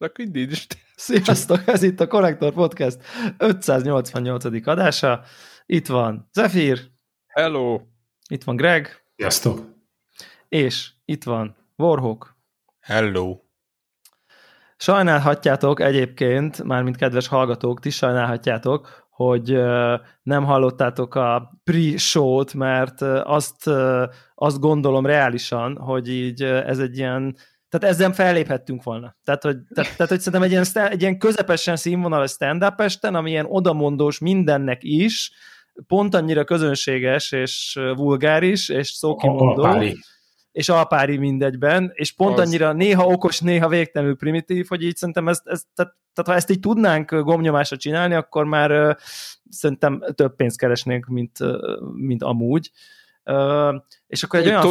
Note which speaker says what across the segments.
Speaker 1: akkor indíts.
Speaker 2: Sziasztok, ez itt a Konnektor Podcast 588. adása. Itt van Zephyr.
Speaker 1: Hello.
Speaker 2: Itt van Greg.
Speaker 3: Sziasztok.
Speaker 2: És itt van Warhawk.
Speaker 4: Hello.
Speaker 2: Sajnálhatjátok egyébként, mármint kedves hallgatók, ti sajnálhatjátok, hogy nem hallottátok a pre-show-t, mert azt gondolom reálisan, hogy így ez egy ilyen, tehát ezzel felléphettünk volna. Tehát, hogy szerintem egy ilyen közepesen színvonalas stand-up esten, ami ilyen odamondós mindennek is, pont annyira közönséges és vulgáris, és szókimondó, és alpári mindegyben, és pont annyira néha okos, néha végtelenül primitív, hogy így szerintem tehát ha ezt így tudnánk gombnyomásra csinálni, akkor már szerintem több pénzt keresnénk, mint amúgy. És akkor egy olyan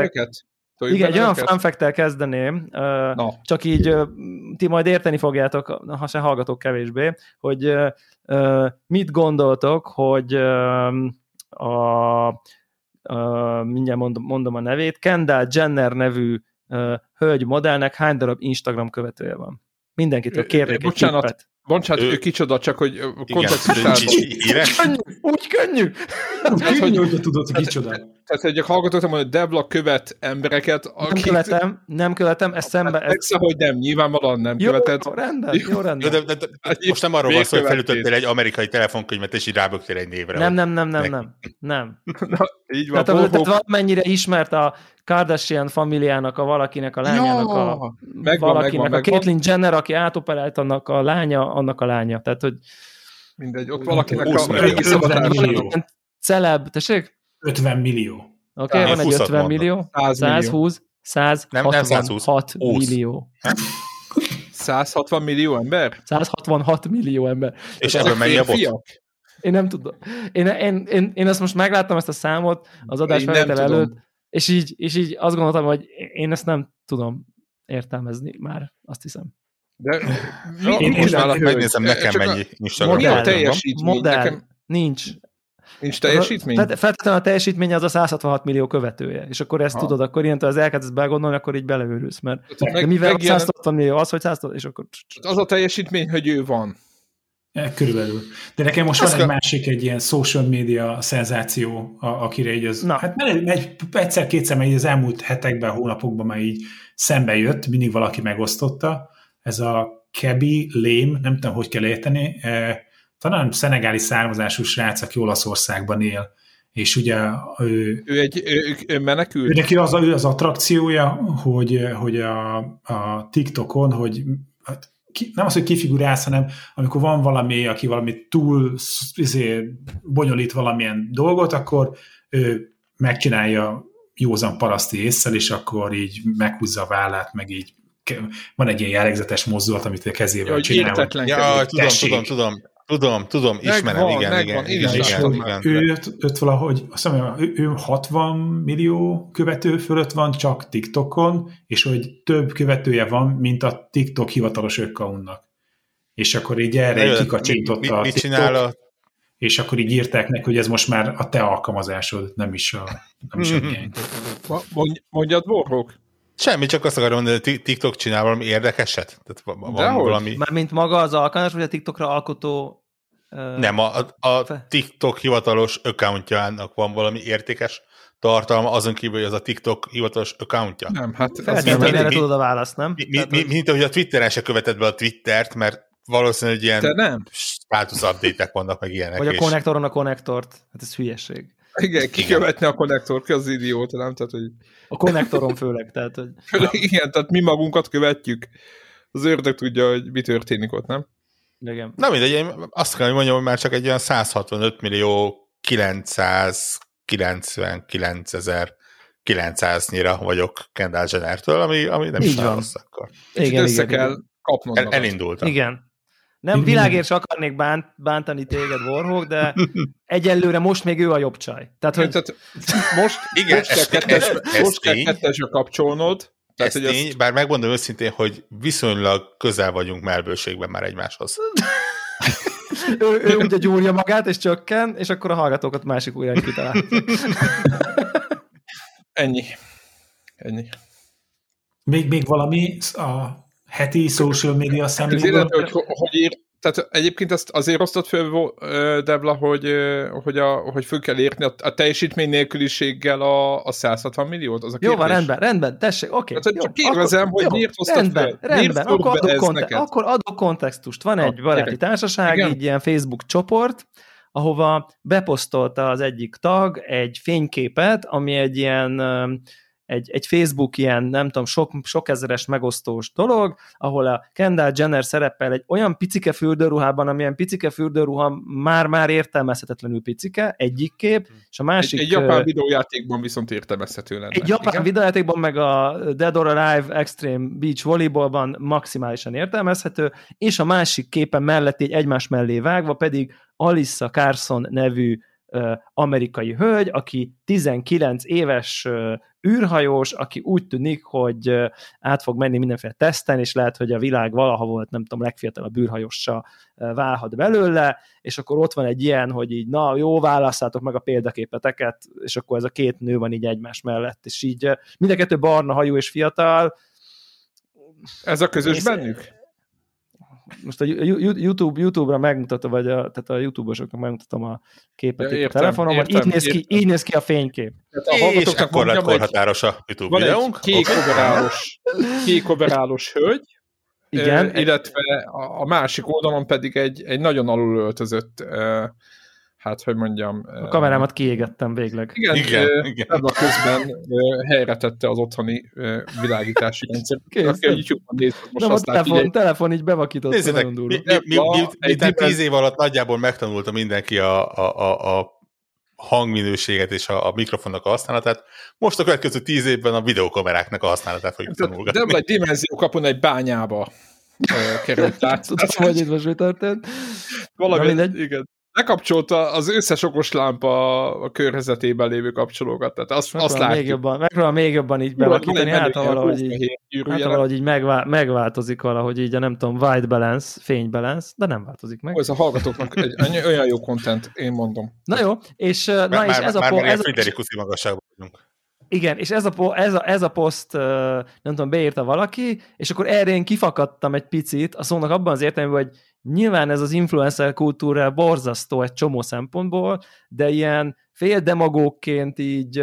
Speaker 2: fun fact-tel kezdeném, csak így ti majd érteni fogjátok, ha se hallgatok kevésbé, hogy mit gondoltok, hogy mindjárt mondom a nevét, Kendall Jenner nevű hölgy modellnek hány darab Instagram követője van? Mindenkitől kérnék egy tippet.
Speaker 1: Bocsánat, ő kicsoda, csak hogy kontextusában.
Speaker 2: Úgy könnyű!
Speaker 3: Könnyű, hogy tudod, hogy kicsoda.
Speaker 1: Tehát egy hallgatottam, hogy Debla követ embereket,
Speaker 2: akik... Nem követem, ez szembe...
Speaker 1: Persze, hogy nem, nyilvánvalóan nem követed.
Speaker 2: Jó, rendben.
Speaker 4: De most nem arról van szó, hogy felütöttél egy amerikai telefonkönyvet, és így rábögtél egy névre.
Speaker 2: Nem.
Speaker 1: Így van.
Speaker 2: Tehát valamennyire ismert a Kardashian familiának, a valakinek a lányának, a Caitlyn Jenner, aki átoperált annak a lánya, tehát hogy...
Speaker 1: Mindegy, ott valakinek a régi szabadásra.
Speaker 2: Celeb, tessék?
Speaker 3: 50 millió.
Speaker 2: Oké, van egy 50 millió, 120, 166 millió.
Speaker 1: 160 millió ember?
Speaker 2: 166 millió ember.
Speaker 4: És ebből mennyi a bot?
Speaker 2: Én nem tudom. Én ezt most megláttam, ezt a számot az adás felvétel előtt, és így azt gondoltam, hogy én ezt nem tudom értelmezni már, azt hiszem.
Speaker 1: De
Speaker 4: én megnézem, nekem mennyi Instagram.
Speaker 2: Modell, nincs.
Speaker 1: Nincs teljesítmény?
Speaker 2: Feltétlenül a teljesítménye az a 166 millió követője, és akkor ezt tudod, akkor ilyentől az elkezdesz begondolni, akkor így beleőrülsz, mert de mivel 160 millió az, hogy 160, és akkor...
Speaker 1: Az a teljesítmény, hogy ő van.
Speaker 3: Körülbelül. De nekem most van egy másik, egy ilyen social media szenzáció, akire így az... Hát egyszer-kétszer megy az elmúlt hetekben, hónapokban már így szembe jött, mindig valaki megosztotta. Ez a Kebi Lame, nem tudom, hogy kell érteni, talán szenegáli származású srác, aki Olaszországban él, és ugye ő
Speaker 1: menekült?
Speaker 3: Neki az attrakciója, hogy a TikTokon, hogy nem az, hogy kifigurálsz, hanem amikor van valami, aki valami túl bonyolít valamilyen dolgot, akkor ő megcsinálja józan paraszti ésszel, és akkor így meghúzza a vállát, meg így van egy ilyen jellegzetes mozdulat, amit a kezével csinál.
Speaker 4: Tudom, ismerem, igen.
Speaker 3: Őt valahogy, azt mondom, ő 60 millió követő fölött van csak TikTokon, és hogy több követője van, mint a TikTok hivatalos accountnak. És akkor így erre kikacsintotta a TikTok, és akkor így írták neki, hogy ez most már a te alkalmazásod, nem is a miénk.
Speaker 1: Mondjad, Warhawk.
Speaker 4: Semmi, csak azt akarom mondani, hogy TikTok csinál valami érdekeset? Tehát valami...
Speaker 2: Mármint maga az alkalmazás, vagy a TikTokra alkotó...
Speaker 4: Nem, a TikTok hivatalos accountjának van valami értékes tartalma, azon kívül, hogy az a TikTok hivatalos accountja.
Speaker 1: Nem, hát...
Speaker 2: Erre tudod a választ, nem?
Speaker 4: Mint ahogy a Twitteren se követed be a Twittert, mert valószínűleg ilyen status update-ek vannak, meg ilyenek.
Speaker 2: Vagy a konnektoron a konnektort. Hát ez hülyeség.
Speaker 1: Igen, ki követne a konnektort, ki az idióta, nem? Tehát, hogy...
Speaker 2: A konnektoron főleg, tehát, hogy...
Speaker 1: Igen, tehát mi magunkat követjük. Az ördög tudja, hogy mi történik ott, nem?
Speaker 2: Igen.
Speaker 4: Na mindegy, én azt kell, hogy mondjam, hogy már csak egy olyan 165 millió 999.900-nyira vagyok Kendall Jennertől, ami nem is rossz akkor.
Speaker 1: Igen, össze kell kapnod.
Speaker 4: Elindultam.
Speaker 2: Igen. Nem világért se akarnék bántani téged, Warhawk, de egyelőre most még ő a jobb csaj. Tehát, hogy...
Speaker 1: most kell kettesre kapcsolnod.
Speaker 4: Ez tény, bár megmondom őszintén, hogy viszonylag közel vagyunk melbőségben már egymáshoz.
Speaker 2: ő ugye gyúrja magát, és csökken, és akkor a hallgatókat másik újra kitalál.
Speaker 1: Ennyi.
Speaker 3: Még valami a heti social media
Speaker 1: szemlélőt. Hogy ír, tehát egyébként ezt azért osztott föl, Debla, hogy föl kell érni a teljesítmény nélküliséggel a 160 milliót? Az a
Speaker 2: jó van, rendben, tessék, oké.
Speaker 1: Tehát csak kérdezem, hogy miért osztott föl?
Speaker 2: Rendben, akkor adok kontextust. Van egy baráti társaság, egy ilyen Facebook csoport, ahova beposztolta az egyik tag egy fényképet, ami egy ilyen egy Facebook ilyen, nem tudom, sok ezeres megosztós dolog, ahol a Kendall Jenner szerepel egy olyan picike fürdőruhában, amilyen picike fürdőruha már értelmezhetetlenül picike, egyik kép, és a másik...
Speaker 1: Egy japán videójátékban viszont értelmezhető lenne.
Speaker 2: Egy japán videójátékban, meg a Dead or Alive Extreme Beach Volleyballban maximálisan értelmezhető, és a másik képen mellett egy egymás mellé vágva pedig Alyssa Carson nevű amerikai hölgy, aki 19 éves űrhajós, aki úgy tűnik, hogy át fog menni mindenféle teszten, és lehet, hogy a világ valaha volt, nem tudom, legfiatalabb űrhajóssá válhat belőle, és akkor ott van egy ilyen, hogy így, na, jó, válasszátok meg a példaképeteket, és akkor ez a két nő van így egymás mellett, és így mind a kettő barna hajú és fiatal.
Speaker 1: Ez a közös bennük?
Speaker 2: Most a YouTube-ra megmutatom, vagy tehát a YouTube-osoknak megmutatom a képet a telefonomon, így néz ki a fénykép.
Speaker 4: És akkor lett korhatáros a YouTube videónk.
Speaker 1: Kék overálos hölgy,
Speaker 2: igen,
Speaker 1: illetve a másik oldalon pedig egy nagyon alulöltözött, hát, hogy mondjam...
Speaker 2: A kamerámat kiégettem végleg.
Speaker 1: Igen. Ebben közben helyre tette az otthoni világítási rendszer. Aki a YouTube-on néz, most
Speaker 2: a telefon így bevakított.
Speaker 4: Nézzétek, miután 10 év alatt nagyjából megtanulta mindenki a hangminőséget és a mikrofonnak a használatát, most a következő 10 évben a videókameráknak a használatát fogjuk tanulgatni.
Speaker 1: De egy dimenziókapon egy bányába került át.
Speaker 2: Tudom, hogy itt most mi történt.
Speaker 1: Valami, igen. Lekapcsolta az összes okoslámpa a környezetében lévő kapcsolókat. Tehát azt látjuk.
Speaker 2: Megpróbálom még jobban így bevakítani, hát valahogy így megváltozik valahogy így a nem tudom, white balance, fény balance, de nem változik meg.
Speaker 1: Ez a hallgatóknak egy olyan jó content, én mondom.
Speaker 2: Na jó, és ez a
Speaker 4: Friderikuszi magasságban vagyunk.
Speaker 2: Igen, és ez a poszt, nem tudom, beírta valaki, és akkor erre én kifakadtam egy picit, a szónak abban az értelemben, hogy nyilván ez az influencer kultúra borzasztó egy csomó szempontból, de ilyen féldemagógként így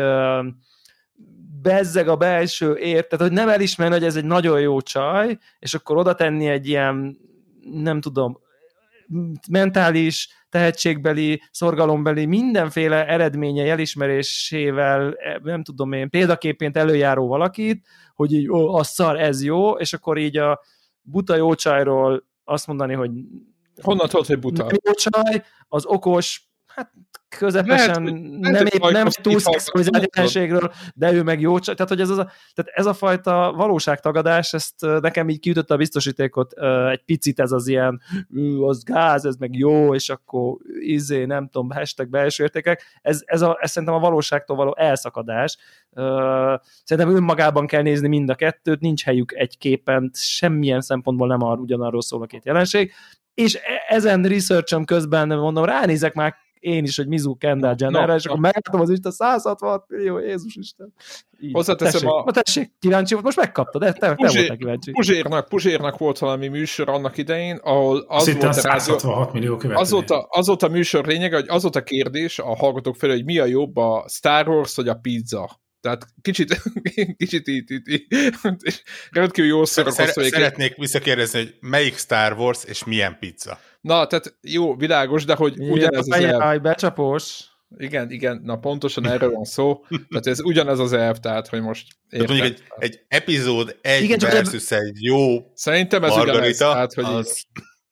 Speaker 2: bezzeg a belső tehát hogy nem elismerni, hogy ez egy nagyon jó csaj, és akkor oda tenni egy ilyen, nem tudom, mentális, tehetségbeli, szorgalombeli, mindenféle eredménye elismerésével, nem tudom én, példaképként előjáró valakit, hogy így, a szar, ez jó, és akkor így a buta jó csajról azt mondani, hogy
Speaker 1: honnan tudod, hogy buta?
Speaker 2: Jó csaj, az okos, hát közepesen nem túl szexualizált jelenségről, de ő meg jó csaj. Tehát, hogy ez a fajta valóságtagadás, ezt nekem így kiütötte a biztosítékot egy picit, ez az ilyen, az gáz, ez meg jó, és akkor nem tudom, hashtag belső értékek. Ez szerintem a valóságtól való elszakadás. Szerintem önmagában kell nézni mind a kettőt, nincs helyük egy képen, semmilyen szempontból nem ugyanarról szól a két jelenség. És ezen research-om közben, mondom, ránézek már én is, hogy Mizu Kendall Jennerre, és akkor meglátom az Isten 166 millió, Jézus Isten.
Speaker 1: Hozzáteszem
Speaker 2: tessék, kíváncsi volt, most megkaptad, de te voltál kíváncsi.
Speaker 1: Puzsérnak volt valami műsor annak idején, ahol
Speaker 3: az volt a 166 millió követője.
Speaker 1: Az volt a műsor lényege, hogy az volt a kérdés a hallgatók felé, hogy mi a jobb, a Star Wars vagy a pizza. Tehát kicsit így rendkívül jól
Speaker 4: szeretnék visszakérdezni, hogy melyik Star Wars és milyen pizza.
Speaker 1: Na, tehát jó, világos, de hogy ugyanez az elv.
Speaker 2: Becsapós.
Speaker 1: Igen, na pontosan erről van szó. Tehát ez ugyanez az elv, tehát hogy most
Speaker 4: érted. Tehát mondjuk egy epizód versus egy jó
Speaker 1: szerintem ez ugyanez, tehát hogy
Speaker 2: az...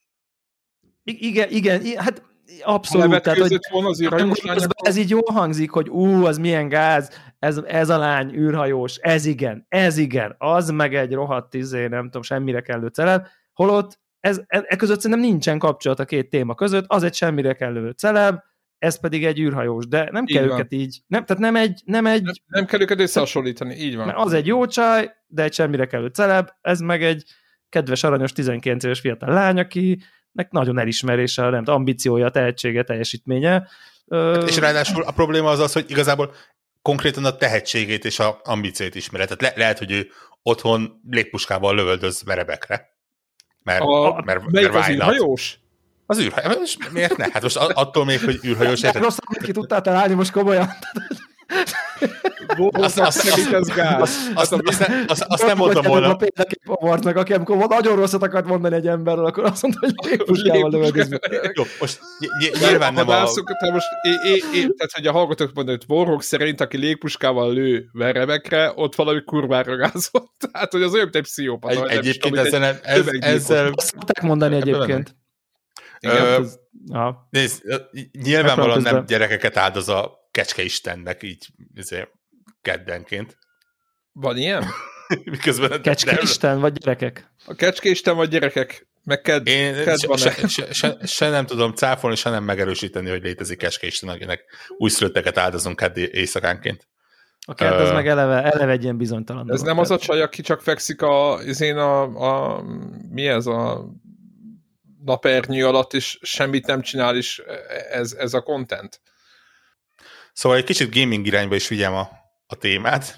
Speaker 2: Igen, hát abszolút. Tehát, hogy ez így jól hangzik, hogy az milyen gáz, ez a lány űrhajós, ez igen, az meg egy rohadt nem tudom, semmire kellő celeb, holott között szerintem nincsen kapcsolat a két téma között, az egy semmire kellő celeb, ez pedig egy űrhajós, de nem kell őket így,
Speaker 1: nem kell őket összehasonlítani, így van.
Speaker 2: Az egy jó csaj, de egy semmire kellő celeb, ez meg egy kedves, aranyos 19 éves fiatal lány, akinek nagyon elismerése, nem ambíciója, tehetsége, teljesítménye.
Speaker 4: És ráadásul a probléma az, hogy igazából konkrétan a tehetségét és a ambíciót ismered. Tehát lehet, hogy ő otthon légpuskával lövöldöz verebekre. Mert
Speaker 1: melyik az űrhajós?
Speaker 4: Az űrhajós? Miért ne? Hát most attól még, hogy űrhajós...
Speaker 2: Rossz, amit ki tudtál találni most komolyan.
Speaker 4: Azt nem mondtam volna.
Speaker 2: Avartnak, aki amikor nagyon rosszat akart mondani egy emberről, akkor azt mondta, hogy légpuskával lövöldözve.
Speaker 4: Jó, most nyilván nem a...
Speaker 1: Tehát, hogy a hallgatók mondani, hogy Warhawk szerint, aki légpuskával lő veremekre, ott valami kurvára gázott. Tehát, hogy az olyan, mint egy pszichopata.
Speaker 4: Egyébként ezzel...
Speaker 2: Azt szokták mondani egyébként.
Speaker 4: Nézd, nyilvánvalóan nem gyerekeket áldoz a Kecskeistennek így keddenként.
Speaker 1: Van ilyen?
Speaker 2: Kecskeisten vagy gyerekek?
Speaker 1: A Kecskeisten vagy gyerekek? Meg kedd van
Speaker 4: se nem tudom cáfolni, se nem megerősíteni, hogy létezik Kecskeisten, akinek újszülötteket áldozunk kedd éjszakánként.
Speaker 2: A kedd az meg eleve egy ilyen bizonytalan.
Speaker 1: Ez nem az a csaj, aki csak fekszik mi ez a napernyő alatt, és semmit nem csinál, és ez a content.
Speaker 4: Szóval egy kicsit gaming irányba is vigyem a témát.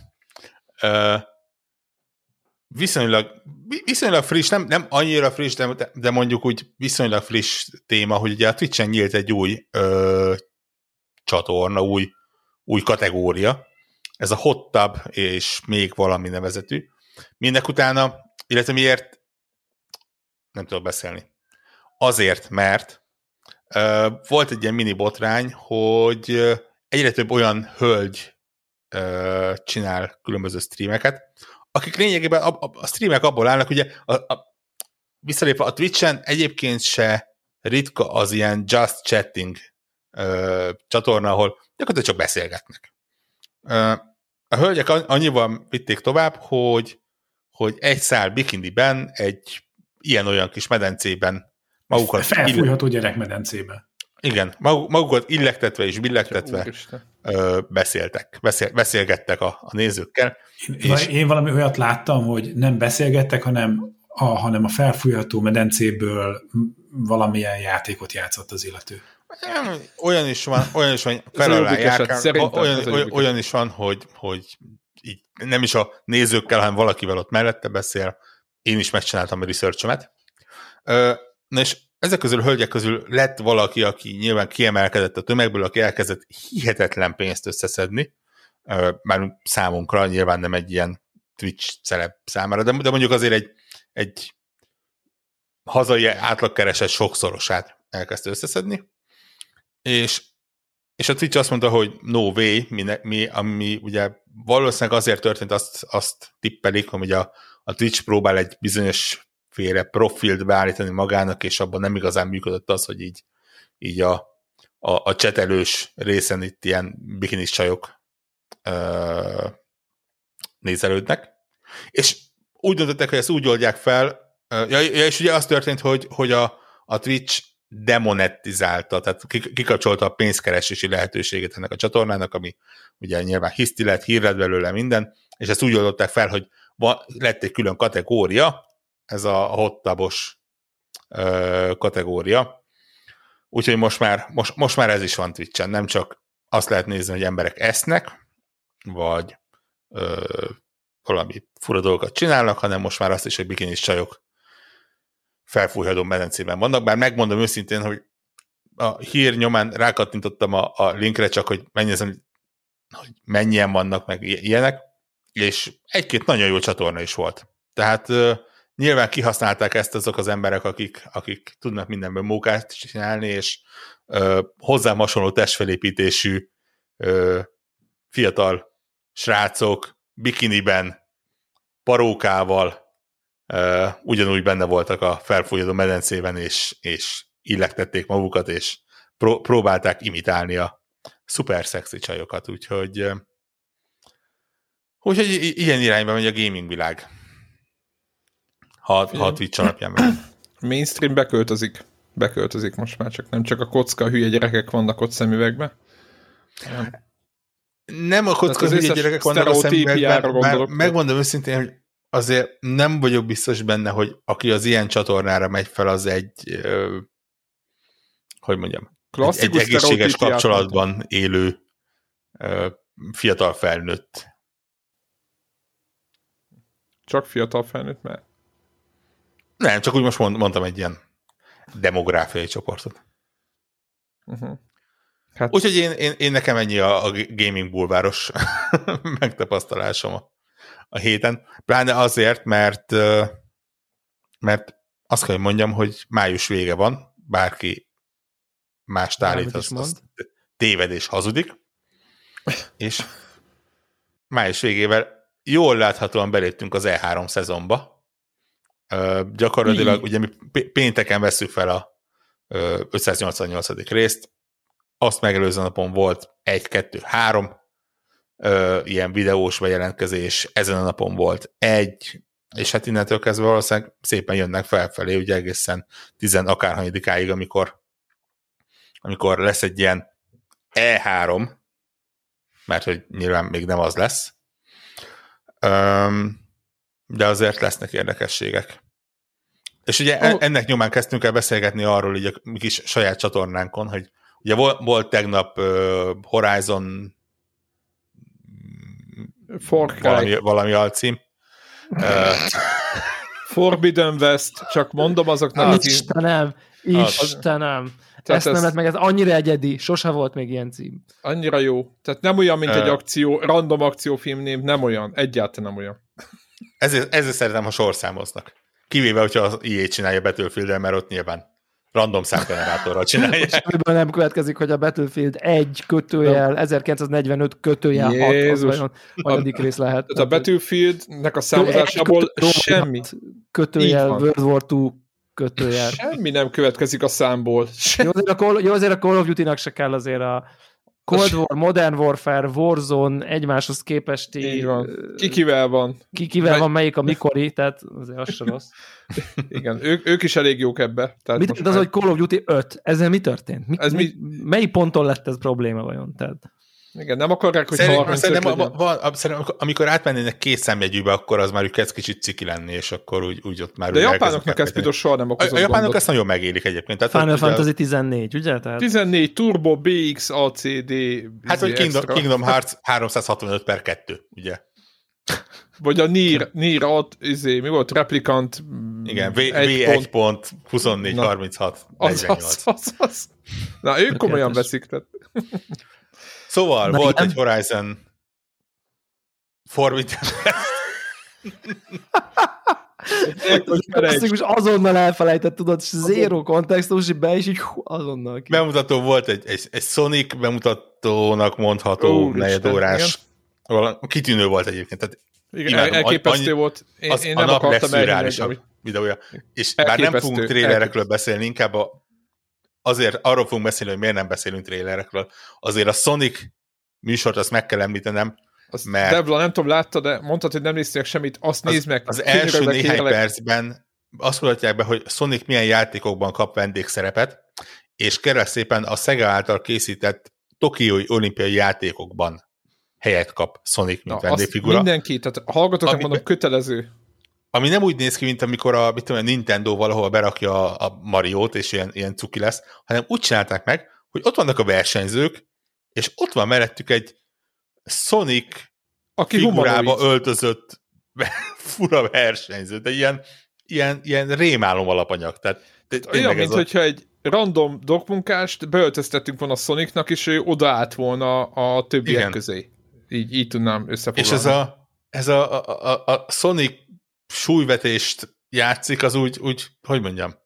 Speaker 4: Viszonylag friss, nem annyira friss, de mondjuk úgy viszonylag friss téma, hogy ugye a Twitch-en nyílt egy új csatorna, új kategória. Ez a Hot Tub és még valami nevezetű. Mindek utána, illetve miért nem tudok beszélni. Azért, mert volt egy ilyen mini botrány, hogy egyre több olyan hölgy csinál különböző streameket, akik lényegében a streamek abból állnak, ugye visszalépve a Twitch-en egyébként se ritka az ilyen just chatting csatorna, ahol gyakorlatilag csak beszélgetnek. A hölgyek annyival vitték tovább, hogy egy szál bikiniben, egy ilyen-olyan kis medencében magukat...
Speaker 3: Felfújható gyerekmedencében.
Speaker 4: Igen, magukat illegtetve és billegtetve beszélgettek a nézőkkel.
Speaker 3: Én valami olyat láttam, hogy nem beszélgettek, hanem a felfújható medencéből valamilyen játékot játszott az illető.
Speaker 4: Olyan is van, fel alá járkál, olyan is van, hogy így nem is a nézőkkel, hanem valakivel ott mellette beszél. Én is megcsináltam a research-ömet. Na és ezek közül, hölgyek közül lett valaki, aki nyilván kiemelkedett a tömegből, aki elkezdett hihetetlen pénzt összeszedni, már számunkra nyilván nem egy ilyen Twitch celeb számára, de mondjuk azért egy hazai átlagkereset sokszorosát elkezdte összeszedni, és a Twitch azt mondta, hogy no way, ami ugye valószínűleg azért történt, azt tippelik, hogy a Twitch próbál egy bizonyos féle profilt beállítani magának, és abban nem igazán működött az, hogy így a csetelős részen itt ilyen bikinis csajok nézelődnek. És úgy döntöttek, hogy ezt úgy oldják fel, és ugye az történt, hogy a Twitch demonetizálta, tehát kikapcsolta a pénzkeresési lehetőséget ennek a csatornának, ami ugye nyilván hiszti lett, hír lett belőle minden, és ezt úgy oldották fel, hogy lett egy külön kategória, ez a hot tubos kategória. Úgyhogy most már ez is van Twitch-en. Nem csak azt lehet nézni, hogy emberek esznek, vagy valami fura dolgokat csinálnak, hanem most már azt is, hogy bikinis csajok felfújható medencében vannak. Bár megmondom őszintén, hogy a hír nyomán rákattintottam a linkre, csak hogy megnézem, hogy mennyien vannak, meg ilyenek, és egy-két nagyon jó csatorna is volt. Tehát nyilván kihasználták ezt azok az emberek, akik tudnak mindenből mókát csinálni, és hozzám hasonló testfelépítésű fiatal srácok bikiniben, parókával ugyanúgy benne voltak a felfújható medencében, és illegtették magukat, és próbálták imitálni a szuper szexi csajokat, úgyhogy ilyen irányba megy a gaming világ. Ha a Twitch alapján megy.
Speaker 1: Mainstream beköltözik most már, csak nem csak a kocka hülye gyerekek vannak ott szemüvegben.
Speaker 4: Nem a kocka hülye gyerekek vannak a szemüvegben, megmondom őszintén, hogy azért nem vagyok biztos benne, hogy aki az ilyen csatornára megy fel, az egy hogy mondjam, egy egészséges kapcsolatban élő fiatal felnőtt.
Speaker 1: Csak fiatal felnőtt, mert
Speaker 4: Nem, csak úgy most mondtam egy ilyen demográfiai csoportot. Hát... Úgyhogy én nekem ennyi a gaming bulváros megtapasztalásom a héten. Pláne azért, mert azt kell, hogy mondjam, hogy május vége van, bárki mást állít, az téved és hazudik, és május végével jól láthatóan beléptünk az E3 szezonba. Gyakorlatilag ugye mi pénteken vesszük fel a 588. részt, azt megelőző napon volt 1-2-3 ilyen videós bejelentkezés, ezen a napon volt 1, és hát innentől kezdve valószínűleg szépen jönnek felfelé, ugye egészen 10 akárhanyadikáig, amikor lesz egy ilyen E3, mert hogy nyilván még nem az lesz, de azért lesznek érdekességek. És ugye ennek nyomán kezdtünk el beszélgetni arról így a kis saját csatornánkon, hogy ugye volt tegnap Horizon valami alcím.
Speaker 1: Forbidden West, csak mondom azoknak...
Speaker 2: Istenem! Ezt nem lett meg, ez annyira egyedi, sose volt még ilyen cím.
Speaker 1: Annyira jó. Tehát nem olyan, mint egy random akciófilmnév, nem olyan. Egyáltalán nem olyan.
Speaker 4: Ezért szeretem, ha sorszámoznak. Kivéve, hogyha az EA csinálja Battlefield-el, mert ott nyilván random számgenerátorral csinálják.
Speaker 2: Semmiből nem következik, hogy a Battlefield 1 kötőjel 1945 kötőjel 6 anyadik rész lehet.
Speaker 1: Tehát a Battlefield-nek a számozásából semmi.
Speaker 2: Kötőjel World War 2 kötőjel.
Speaker 1: Semmi nem következik a számból.
Speaker 2: Jó, azért a Call of Duty-nak se kell azért a Cold War, Modern Warfare, Warzone egymáshoz képesti...
Speaker 1: Kikivel van.
Speaker 2: Kikivel van, melyik a mikori, tehát azért az sem rossz.
Speaker 1: Igen, ők is elég jók ebbe.
Speaker 2: Mit történt az, hogy Call of Duty 5? Ezzel mi történt? Melyik ponton lett ez probléma vajon? Tehát...
Speaker 1: Igen, nem akarják, hogy
Speaker 4: 35 amikor átmennének 2 számjegyűbe, akkor az már kezd kicsit ciki lenni, és akkor úgy ott már...
Speaker 1: De a japánoknak ez például soha nem okozott
Speaker 4: a japánok ezt nagyon megélik egyébként. Tehát
Speaker 2: Final Fantasy 14, ugye? Tehát...
Speaker 1: 14, Turbo, BX, ACD...
Speaker 4: Hát, hogy Kingdom Hearts 365/2, ugye?
Speaker 1: Vagy a Nier mi volt? Replicant...
Speaker 4: Igen, V1.243648.
Speaker 1: Na, ők komolyan veszik, tehát...
Speaker 4: Szóval volt egy Horizon Forbidden
Speaker 2: West. Azonnal elfelejtett, tudod, zero kontextus, be is így azonnal ki.
Speaker 4: Bemutató volt egy Sonic bemutatónak mondható negyedórás. Kitűnő volt egyébként. Tehát
Speaker 1: igen, elképesztő volt. Én nem akartam
Speaker 4: elhinni videója. És bár nem fogunk trélerekről beszélni, inkább azért arról fogunk beszélni, hogy miért nem beszélünk trélerekről. Azért a Sonic műsort azt meg kell említenem, mert...
Speaker 1: Devla, nem tudom, látta, de mondtad, hogy nem néztél semmit, azt nézd meg.
Speaker 4: Az első néhány percben azt mutatják be, hogy Sonic milyen játékokban kap vendégszerepet, és kérlek szépen a Sega által készített Tokiói olimpiai játékokban helyet kap Sonic, mint vendégfigura.
Speaker 1: Mindenki, tehát hallgatóknak mondom, kötelező.
Speaker 4: Ami nem úgy néz ki, mint amikor a Nintendo valahol berakja a Mariót, és ilyen cuki lesz, hanem úgy csinálták meg, hogy ott vannak a versenyzők, és ott van mellettük egy Sonic figurába öltözött fura versenyző, de ilyen rémálom alapanyag. Tehát
Speaker 1: olyan, mint hogyha egy random dokmunkást beöltöztettünk volna a Sonicnak, és ő odaállt volna a többiek közé. Így tudnám összefoglalni.
Speaker 4: És ez a Sonic súlyvetést játszik, az úgy, hogy mondjam,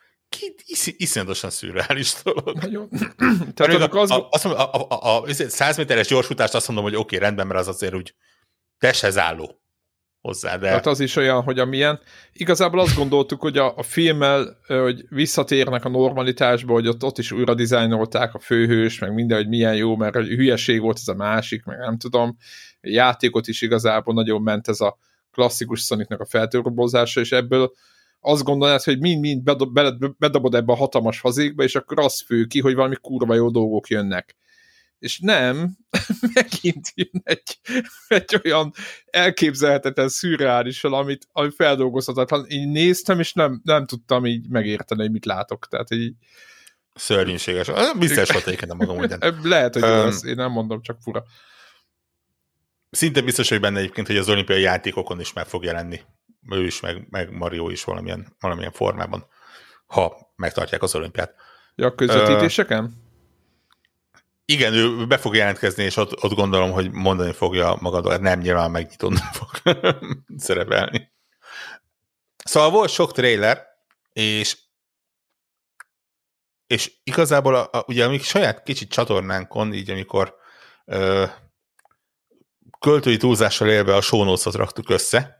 Speaker 4: iszonyatosan szürreális dolog.
Speaker 1: Nagyon.
Speaker 4: Tehát azt mondom, a 100 méteres gyorsfutást azt mondom, hogy oké, rendben, mert az azért úgy testhez álló hozzá. De...
Speaker 1: Tehát az is olyan, hogy amilyen. Igazából azt gondoltuk, hogy a filmmel, hogy visszatérnek a normalitásba, hogy ott is újra dizájnolták a főhős, meg minden, hogy milyen jó, mert hülyeség volt ez a másik, meg nem tudom. A játékot is igazából nagyon ment ez a klasszikus Sonicnak a felturbozása, és ebből azt gondolnád, hogy mind bedobod ebbe a hatalmas fazékba, és akkor az fő ki, hogy valami kurva jó dolgok jönnek. És nem, megint jön egy olyan elképzelhetetlen szürreálisan, ami feldolgozhatatlan. Így néztem, és nem tudtam így megérteni, hogy mit látok. Tehát így...
Speaker 4: Szörnyűséges. Biztos volt egyébként, nem magam ugyan.
Speaker 1: Lehet, hogy az, én nem mondom, csak fura.
Speaker 4: Szinte biztos, hogy benne egyébként, hogy az olimpiai játékokon is meg fog jelenni ő is, meg Mario is valamilyen formában, ha megtartják az olimpiát.
Speaker 1: Ja, a közvetítéseken?
Speaker 4: Igen, ő be fog jelentkezni, és ott gondolom, hogy mondani fogja magad, nem nyilván megnyitón fog szerepelni. Szóval volt sok trailer, és igazából ugye a mi saját kicsit csatornánkon, így amikor költői túlzással élve a show notes-ot raktuk össze,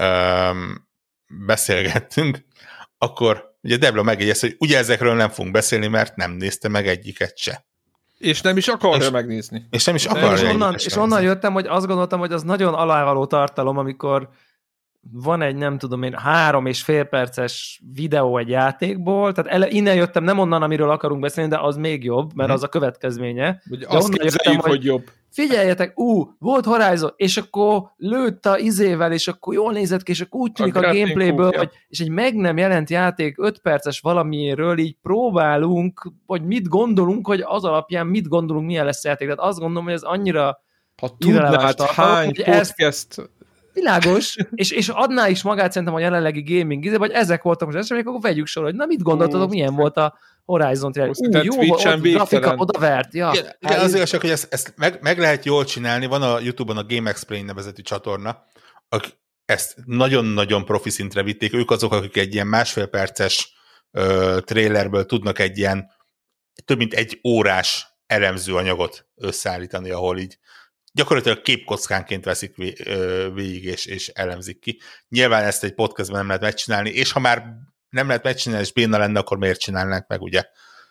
Speaker 4: beszélgettünk, akkor ugye Debla megjegyezte, hogy ugye ezekről nem fogunk beszélni, mert nem nézte meg egyiket se.
Speaker 1: És nem is akarja megnézni.
Speaker 4: És nem is akarja.
Speaker 2: És onnan jöttem, hogy azt gondoltam, hogy az nagyon alávaló tartalom, amikor van egy, nem tudom én, 3,5 perces videó egy játékból, tehát innen jöttem, nem onnan, amiről akarunk beszélni, de az még jobb, mert az a következménye.
Speaker 1: Ugye azt képzeljük, hogy jobb.
Speaker 2: Figyeljetek, volt Horizon, és akkor lőtt a izével, és akkor jól nézett ki, és akkor úgy tűnik a gameplayből, hogy, és egy meg nem jelent játék 5 perces valamiről így próbálunk, hogy mit gondolunk, hogy az alapján mit gondolunk, milyen lesz a játék. Tehát azt gondolom, hogy ez annyira
Speaker 1: ha tudnád, hány podcast...
Speaker 2: Világos, és adná is magát szerintem a jelenlegi gaming, vagy ezek voltak most események, akkor vegyük sor, hogy na mit gondoltatok, milyen volt a Horizon trailer. Jó, ott grafika odavert. Ja.
Speaker 4: Igen, az igazság, hogy ezt meg lehet jól csinálni, van a YouTube-on a Game Explain nevezetű csatorna, akik ezt nagyon-nagyon profi szintre vitték, ők azok, akik egy ilyen 1,5 perces trailerből tudnak egy ilyen több mint 1 órás elemző anyagot összeállítani, ahol így gyakorlatilag képkockánként veszik végig és elemzik ki. Nyilván ezt egy podcastban nem lehet megcsinálni, és ha már nem lehet megcsinálni, és béna lenne, akkor miért csinálnánk meg, ugye?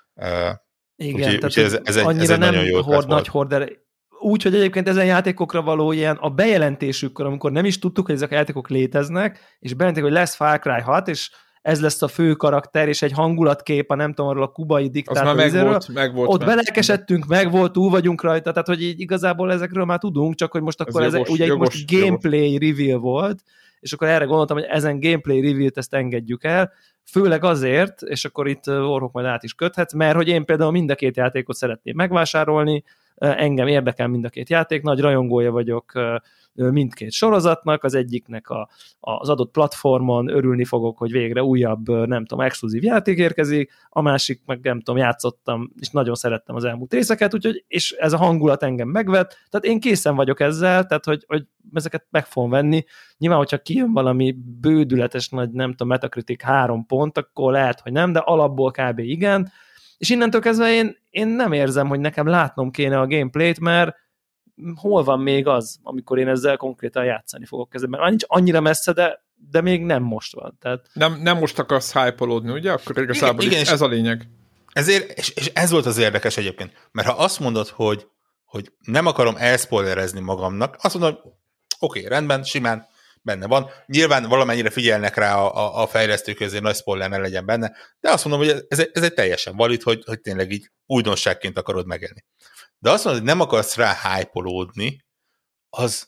Speaker 2: Igen,
Speaker 4: úgyhogy ez egy nagyon jó ötlet
Speaker 2: nagy horder. Úgy, hogy egyébként ezen játékokra való ilyen a bejelentésükkor, amikor nem is tudtuk, hogy ezek a játékok léteznek, és bejelentik, hogy lesz Far Cry 6, és ez lesz a fő karakter, és egy hangulatkép, a nem tudom, arról a kubai diktátor.
Speaker 1: Megvolt.
Speaker 2: Ott belelkesedtünk, megvolt, túl vagyunk rajta, tehát hogy így igazából ezekről már tudunk, csak hogy most akkor ez ugye most gameplay reveal volt, és akkor erre gondoltam, hogy ezen gameplay reveal-t ezt engedjük el, főleg azért, és akkor itt Orhok majd át is köthetsz, mert hogy én például mind a 2 játékot szeretném megvásárolni, engem érdekel mind a 2 játék, nagy rajongója vagyok mindkét sorozatnak, az egyiknek az adott platformon örülni fogok, hogy végre újabb, nem tudom, exkluzív játék érkezik, a másik meg nem tudom, játszottam, és nagyon szerettem az elmúlt részeket, úgyhogy, és ez a hangulat engem megvet, tehát én készen vagyok ezzel, tehát hogy ezeket meg fogom venni. Nyilván, hogyha kijön valami bődületes nagy, nem tudom, Metacritic 3 pont, akkor lehet, hogy nem, de alapból kb. Igen, és innentől kezdve én nem érzem, hogy nekem látnom kéne a gameplayt, mert hol van még az, amikor én ezzel konkrétan játszani fogok kezdeni. Mert nincs annyira messze, de még nem most van. Tehát...
Speaker 1: Nem most akarsz hype-olódni, ugye? Akkor igazából igen, ez a lényeg.
Speaker 4: Ezért, és ez volt az érdekes egyébként. Mert ha azt mondod, hogy nem akarom elspoilerezni magamnak, azt mondom, hogy oké, rendben, simán benne van. Nyilván valamennyire figyelnek rá a fejlesztők, hogy azért nagy spoiler ne legyen benne, de azt mondom, hogy ez egy teljesen valid, hogy tényleg így újdonságként akarod megélni. De azt mondod, hogy nem akarsz rá hype-olódni, az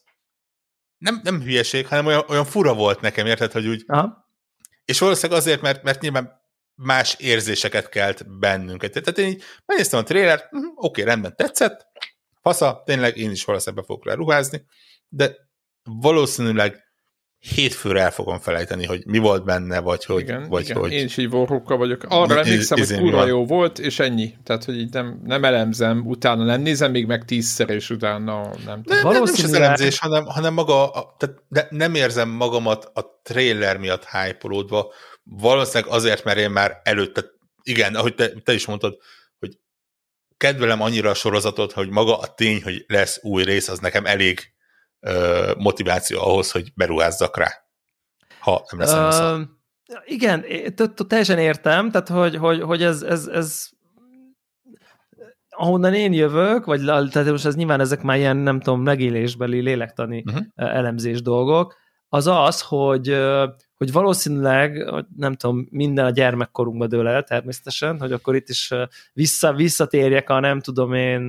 Speaker 4: nem hülyeség, hanem olyan fura volt nekem, érted, hogy úgy...
Speaker 2: Aha.
Speaker 4: És valószínűleg azért, mert nyilván más érzéseket kelt bennünket. Tehát én így megnéztem a trailert, oké, rendben, tetszett, fasza, tényleg én is valószínűleg be fogok rá ruházni, de valószínűleg hétfőre el fogom felejteni, hogy mi volt benne, vagy hogy...
Speaker 1: Igen,
Speaker 4: vagy
Speaker 1: igen.
Speaker 4: Hogy...
Speaker 1: Én is így Warhawkkal vagyok. Arra emlékszem, hogy kurva jó volt, és ennyi. Tehát, hogy így nem elemzem, utána nem nézem még meg 10-szer, és utána nem tudom.
Speaker 4: Nem is az elemzés, hanem maga, tehát nem érzem magamat a trailer miatt hype-olódva, valószínűleg azért, mert én már előtte, igen, ahogy te is mondtad, hogy kedvelem annyira a sorozatot, hogy maga a tény, hogy lesz új rész, az nekem elég motiváció ahhoz, hogy beruházzak rá. Ha nem lesz
Speaker 2: igen, teljesen értem, tehát hogy ez ahonnan én jövök, vagy tehát most ez nyilván ezek már ilyen, nem tudom, megélésbeli, lélektani elemzés dolgok, az, hogy valószínűleg, nem tudom, minden a gyermekkorunkba dől el természetesen, hogy akkor itt is visszatérjek a nem tudom én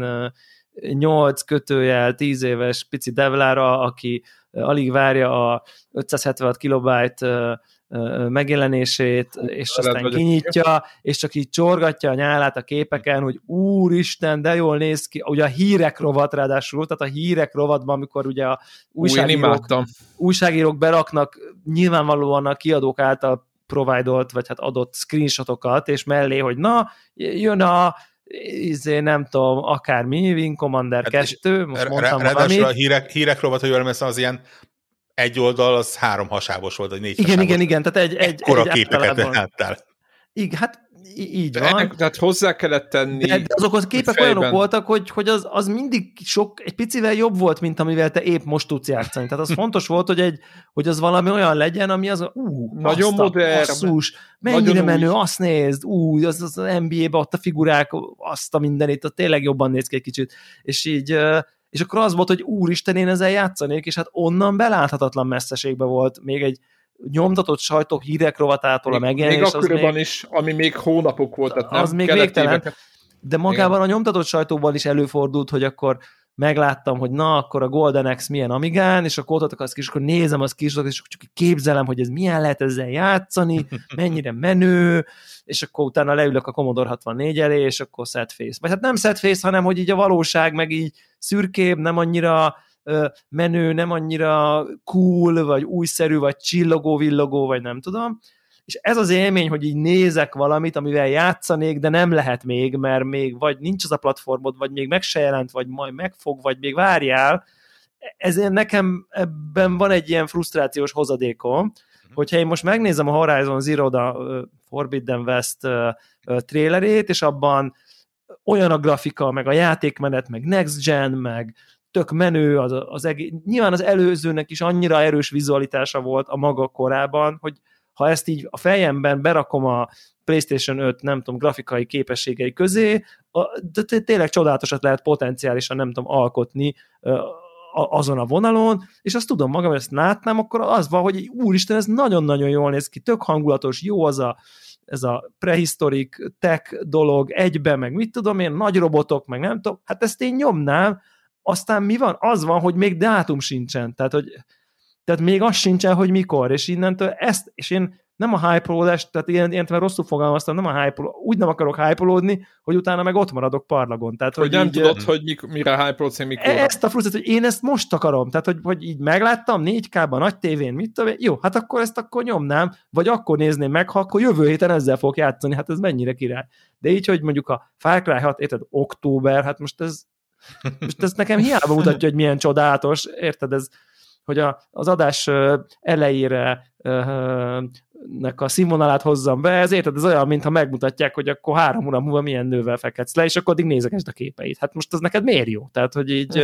Speaker 2: 8-10 éves pici devlára, aki alig várja a 576 kilobájt megjelenését, és aztán kinyitja, és csak így csorgatja a nyálát a képeken, hogy úristen, de jól néz ki. Ugye a hírek rovat ráadásul, tehát a hírek rovatban, amikor ugye a újságírók beraknak nyilvánvalóan a kiadók által providolt, vagy hát adott screenshotokat, és mellé, hogy na, jön a nem tudom, akármi, Wing Commander 2, most mondtam valamit.
Speaker 4: A hírek rovat, hogy jól az ilyen egy oldal, az 3 hasábos volt, vagy 4 hasábos.
Speaker 2: Igen, tehát egy
Speaker 4: képeket láttál.
Speaker 2: Igen, hát így van.
Speaker 1: Tehát hozzá kellett tenni.
Speaker 2: De azok a képek olyanok voltak, hogy az mindig egy picivel jobb volt, mint amivel te épp most tudsz játszani. Tehát az fontos volt, hogy az valami olyan legyen, ami az
Speaker 1: nagyon modern,
Speaker 2: basszus, mennyire menő, azt nézd, az NBA-ba ott a figurák, azt a mindenit, ott tényleg jobban néz ki egy kicsit. És akkor az volt, hogy úristen, én ezzel játszanék, és hát onnan beláthatatlan messzeségbe volt még egy nyomtatott sajtó hírek rovatától a megjelenés.
Speaker 1: Még akkoriban is, ami még hónapok volt, tehát nem
Speaker 2: az még végtelen, de magában a nyomtatott sajtóban is előfordult, hogy akkor megláttam, hogy na, akkor a Golden Axe milyen Amigán, és akkor ott és akkor nézem az kisot, és csak képzelem, hogy ez milyen lehet ezzel játszani, mennyire menő, és akkor utána leülök a Commodore 64 elé, és akkor set face. Vagy hát nem set face, hanem hogy így a valóság meg így szürkébb, nem annyira menő, nem annyira cool, vagy újszerű, vagy csillogó-villogó, vagy nem tudom. És ez az élmény, hogy így nézek valamit, amivel játszanék, de nem lehet még, mert még vagy nincs az a platformod, vagy még meg se jelent, vagy majd megfog, vagy még várjál. Ezért nekem ebben van egy ilyen frusztrációs hozadékom, hogyha én most megnézem a Horizon Zero Dawn Forbidden West trailerét, és abban olyan a grafika, meg a játékmenet, meg next gen, meg tök menő, az egész, nyilván az előzőnek is annyira erős vizualitása volt a maga korában, hogy ha ezt így a fejemben berakom a PlayStation 5, nem tudom, grafikai képességei közé, de tényleg csodálatosat lehet potenciálisan, nem tudom, alkotni azon a vonalon, és azt tudom magam, hogy ezt látnám, akkor az van, hogy úristen, ez nagyon-nagyon jól néz ki, tök hangulatos, jó ez a prehisztorik tech dolog egybe, meg mit tudom én, nagy robotok, meg nem tudom, hát ezt én nyomnám, aztán mi van? Az van, hogy még dátum sincsen, tehát még az sincsen, hogy mikor, és innentől ezt, és én nem a hype-olódást, tehát ilyen rosszul fogalmaztam, nem a úgy nem akarok hype-olódni, hogy utána meg ott maradok parlagon. Tehát,
Speaker 1: hogy nem így, tudod, hogy mire hype-olódsz, én mikor.
Speaker 2: Ezt a frusztrációt, hogy én ezt most akarom, tehát hogy így megláttam 4K-ban, nagy tévén, mit tudom én, jó, hát akkor ezt akkor nyomnám, vagy akkor nézném meg, ha akkor jövő héten ezzel fogok játszani, hát ez mennyire király. De így, hogy mondjuk a Far Cry 6, érted, október, hát most ez nekem hiába mutatja, hogy milyen csodálatos, érted, ez, hogy az adás elejére nek a színvonalát hozzam be, ez érted, ez olyan, mintha megmutatják, hogy akkor 3 óra múlva milyen nővel fekhetsz le, és akkor addig nézekesd a képeit. Hát most ez neked miért jó? Tehát, hogy így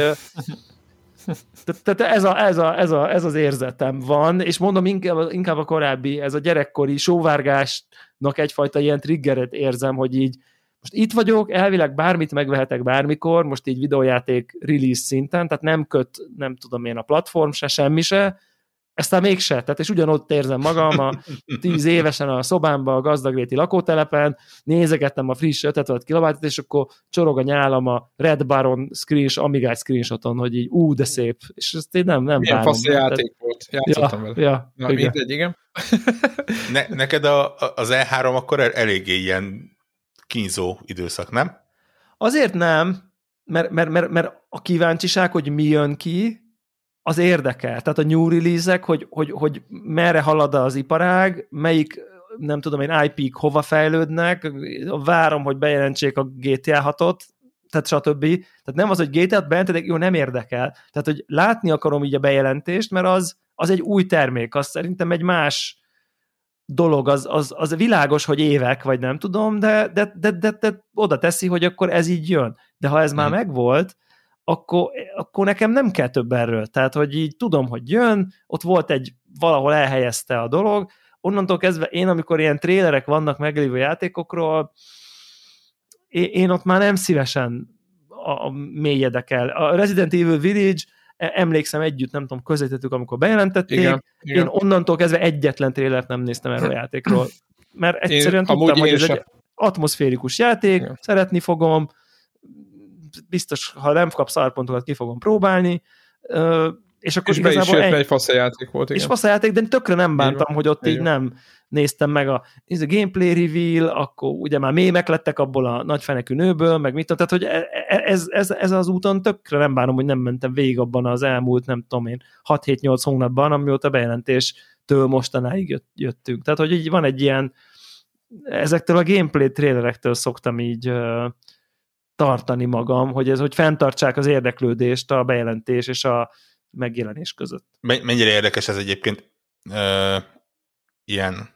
Speaker 2: tehát ez az érzetem van, és mondom, inkább a korábbi, ez a gyerekkori sóvárgásnak egyfajta ilyen triggeret érzem, hogy így most itt vagyok, elvileg bármit megvehetek bármikor, most így videójáték release szinten, tehát nem köt, nem tudom én, a platform se, semmi se, aztán mégse, tehát és ugyanott érzem magam a 10 évesen a szobámban, a gazdagréti lakótelepen, nézegettem a friss 556 kilobájtot, és akkor csorog a nyálam a Red Baron Amigás screenshoton, hogy így de szép, és ezt én nem
Speaker 1: milyen
Speaker 2: bánom.
Speaker 1: fasz játék volt, játszottam vele.
Speaker 2: Ja,
Speaker 1: na, mindegy, igen.
Speaker 4: Neked az E3 akkor eléggé ilyen kínzó időszak, nem?
Speaker 2: Azért nem, mert a kíváncsiság, hogy mi jön ki, az érdekel. Tehát a new release-ek, hogy merre halad az iparág, melyik, nem tudom én, IP-k hova fejlődnek, várom, hogy bejelentsék a GTA 6-ot, tehát stb. Tehát nem az, hogy GTA-t bejelentetek, jó, nem érdekel. Tehát, hogy látni akarom így a bejelentést, mert az egy új termék, az szerintem egy más dolog, az világos, hogy évek, vagy nem tudom, de oda teszi, hogy akkor ez így jön. De ha ez már megvolt, akkor nekem nem kell több erről. Tehát, hogy így tudom, hogy jön, ott volt valahol elhelyezte a dolog, onnantól kezdve én, amikor ilyen trélerek vannak meglévő játékokról, én ott már nem szívesen mélyedek el. A Resident Evil Village, emlékszem együtt, nem tudom, közvetítettük, amikor bejelentették, igen. Én onnantól kezdve egyetlen trélert nem néztem erről a játékról. Mert egyszerűen tudtam, hogy ez egy atmoszférikus játék, igen. Szeretni fogom, biztos, ha nem kap szarpontokat, ki fogom próbálni, és akkor
Speaker 1: és be is jött, egy faszajáték volt, igen.
Speaker 2: És faszajáték, de tökre nem bántam, hogy ott így nem néztem meg a gameplay reveal, akkor ugye már mémek lettek abból a nagyfenekű nőből, meg mit tudom, tehát hogy ez az úton tökre nem bánom, hogy nem mentem végig abban az elmúlt, nem tudom én, 6-7-8 hónapban, amióta bejelentés mostanáig jöttünk. Tehát, hogy így van egy ilyen, ezektől a gameplay trailerektől szoktam így tartani magam, hogy fenntartsák az érdeklődést a bejelentés és a megjelenés között.
Speaker 4: Mennyire érdekes ez egyébként ilyen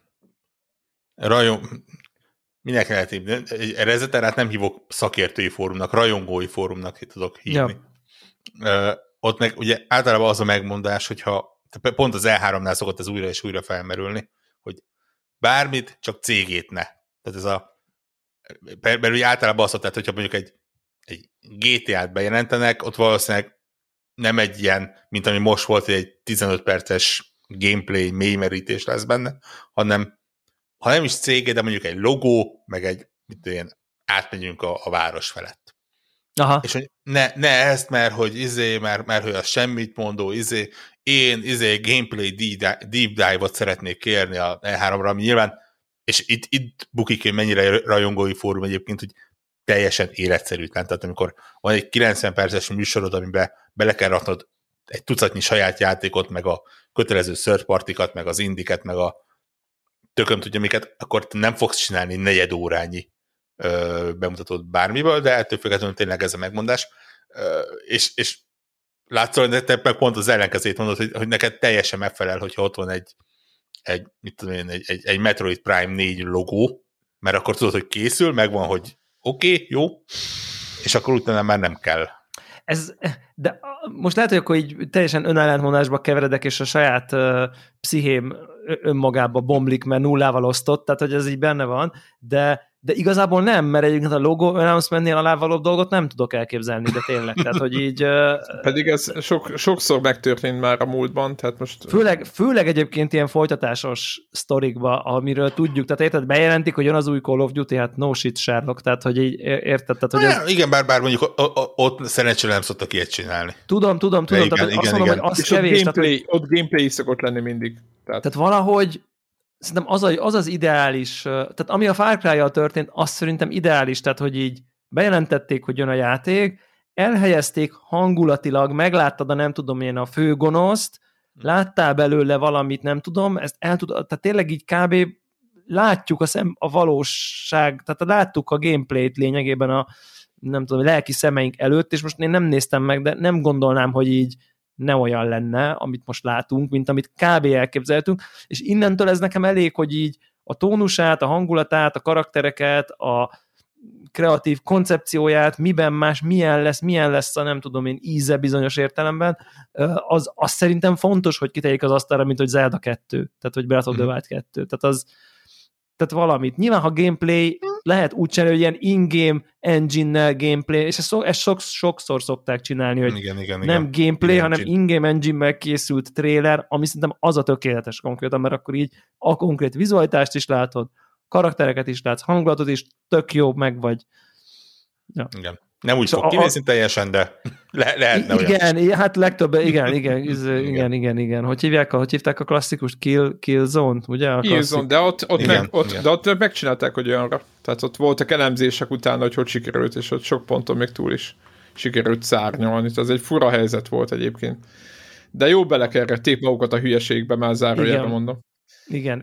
Speaker 4: minek lehet hívni? Erre Zeterát nem hívok szakértői fórumnak, rajongói fórumnak tudok hívni. Ja. Ott meg ugye általában az a megmondás, hogyha pont az E3-nál szokott ez újra és újra felmerülni, hogy bármit, csak cégét ne. Tehát ez mert ugye általában azt mondta, hogyha mondjuk egy GTA-t bejelentenek, ott valószínűleg nem egy ilyen, mint ami most volt, hogy egy 15 perces gameplay mélymerítés lesz benne, hanem ha nem is cége, de mondjuk egy logó, meg egy, átmegyünk a város felett.
Speaker 2: Aha.
Speaker 4: És hogy ne ezt, mert hogy mert hogy az semmit mondó, én gameplay deep dive-ot szeretnék kérni a E3-ra, ami nyilván, és itt bukik, hogy mennyire rajongói fórum egyébként, hogy teljesen életszerűtlen. Tehát amikor van egy 90 perces műsorod, amiben bele kell raknod egy tucatnyi saját játékot, meg a kötelező third partikat, meg az indiket, meg a tököm tudja miket, akkor nem fogsz csinálni negyed órányi bemutatót bármiből, de ettől függetlenül tényleg ez a megmondás. És látszol, hogy te meg pont az ellenkezét mondod, hogy neked teljesen megfelel, hogyha ott van egy Metroid Prime 4 logó, mert akkor tudod, hogy készül, megvan, hogy oké, jó, és akkor utána már nem kell.
Speaker 2: De most lehet, hogy akkor így teljesen önellentmondásba keveredek, és a saját pszichém önmagába bomlik, mert nullával osztott, tehát hogy ez így benne van, de igazából nem, mert egyébként a logo announcement-nél alávalóbb dolgot nem tudok elképzelni, de tényleg, tehát hogy így...
Speaker 1: Pedig ez sokszor megtörtént már a múltban, tehát most...
Speaker 2: Főleg egyébként ilyen folytatásos sztorikba, amiről tudjuk, tehát érted, bejelentik, hogy jön az új Call of Duty, hát no shit Sherlock, tehát hogy így érted, tehát hogy ez...
Speaker 4: Igen, bár mondjuk ott szerencsére nem szoktak ilyet csinálni.
Speaker 2: Tudom,
Speaker 4: igen,
Speaker 2: tehát azt mondom, hogy az kevés.
Speaker 1: Ott gameplay is szokott lenni mindig.
Speaker 2: Tehát valahogy szerintem az az ideális, tehát ami a Far Cry-jal történt, az szerintem ideális, tehát hogy így bejelentették, hogy jön a játék, elhelyezték hangulatilag, megláttad a nem tudom én a főgonoszt, láttál belőle valamit, nem tudom, ezt tehát tényleg így kb. Látjuk a valóság, tehát láttuk a gameplayt lényegében a nem tudom, lelki szemeink előtt, és most én nem néztem meg, de nem gondolnám, hogy így ne olyan lenne, amit most látunk, mint amit kb. Elképzeltünk, és innentől ez nekem elég, hogy így a tónusát, a hangulatát, a karaktereket, a kreatív koncepcióját, miben más, milyen lesz a nem tudom én íze bizonyos értelemben, az szerintem fontos, hogy kitegyék az asztalra, mint hogy Zelda 2, tehát hogy Breath of the Wild 2, tehát valamit. Nyilván, ha gameplay lehet úgy csinálni, hogy ilyen in-game engine-nel gameplay, és ezt sokszor szokták csinálni, hogy
Speaker 4: igen,
Speaker 2: nem gameplay, hanem in-game engine-mel készült trailer, ami szerintem az a tökéletes konkrétan, mert akkor így a konkrét vizualitást is látod, karaktereket is látsz, hangulatot is, tök jó, meg vagy. Ja.
Speaker 4: Igen. Nem úgy fog kinézni teljesen, de lehetne
Speaker 2: igen, olyan. Hát legtöbben, igen. Hogy hívták a klasszikus Killzone, ugye?
Speaker 1: Killzone, de ott megcsinálták, hogy olyanra. Tehát ott voltak elemzések utána, hogy sikerült, és ott sok ponton még túl is sikerült szárnyalni. Ez egy fura helyzet volt egyébként. De jó belekergették magukat a hülyeségbe, már zárójelben mondom.
Speaker 2: Igen,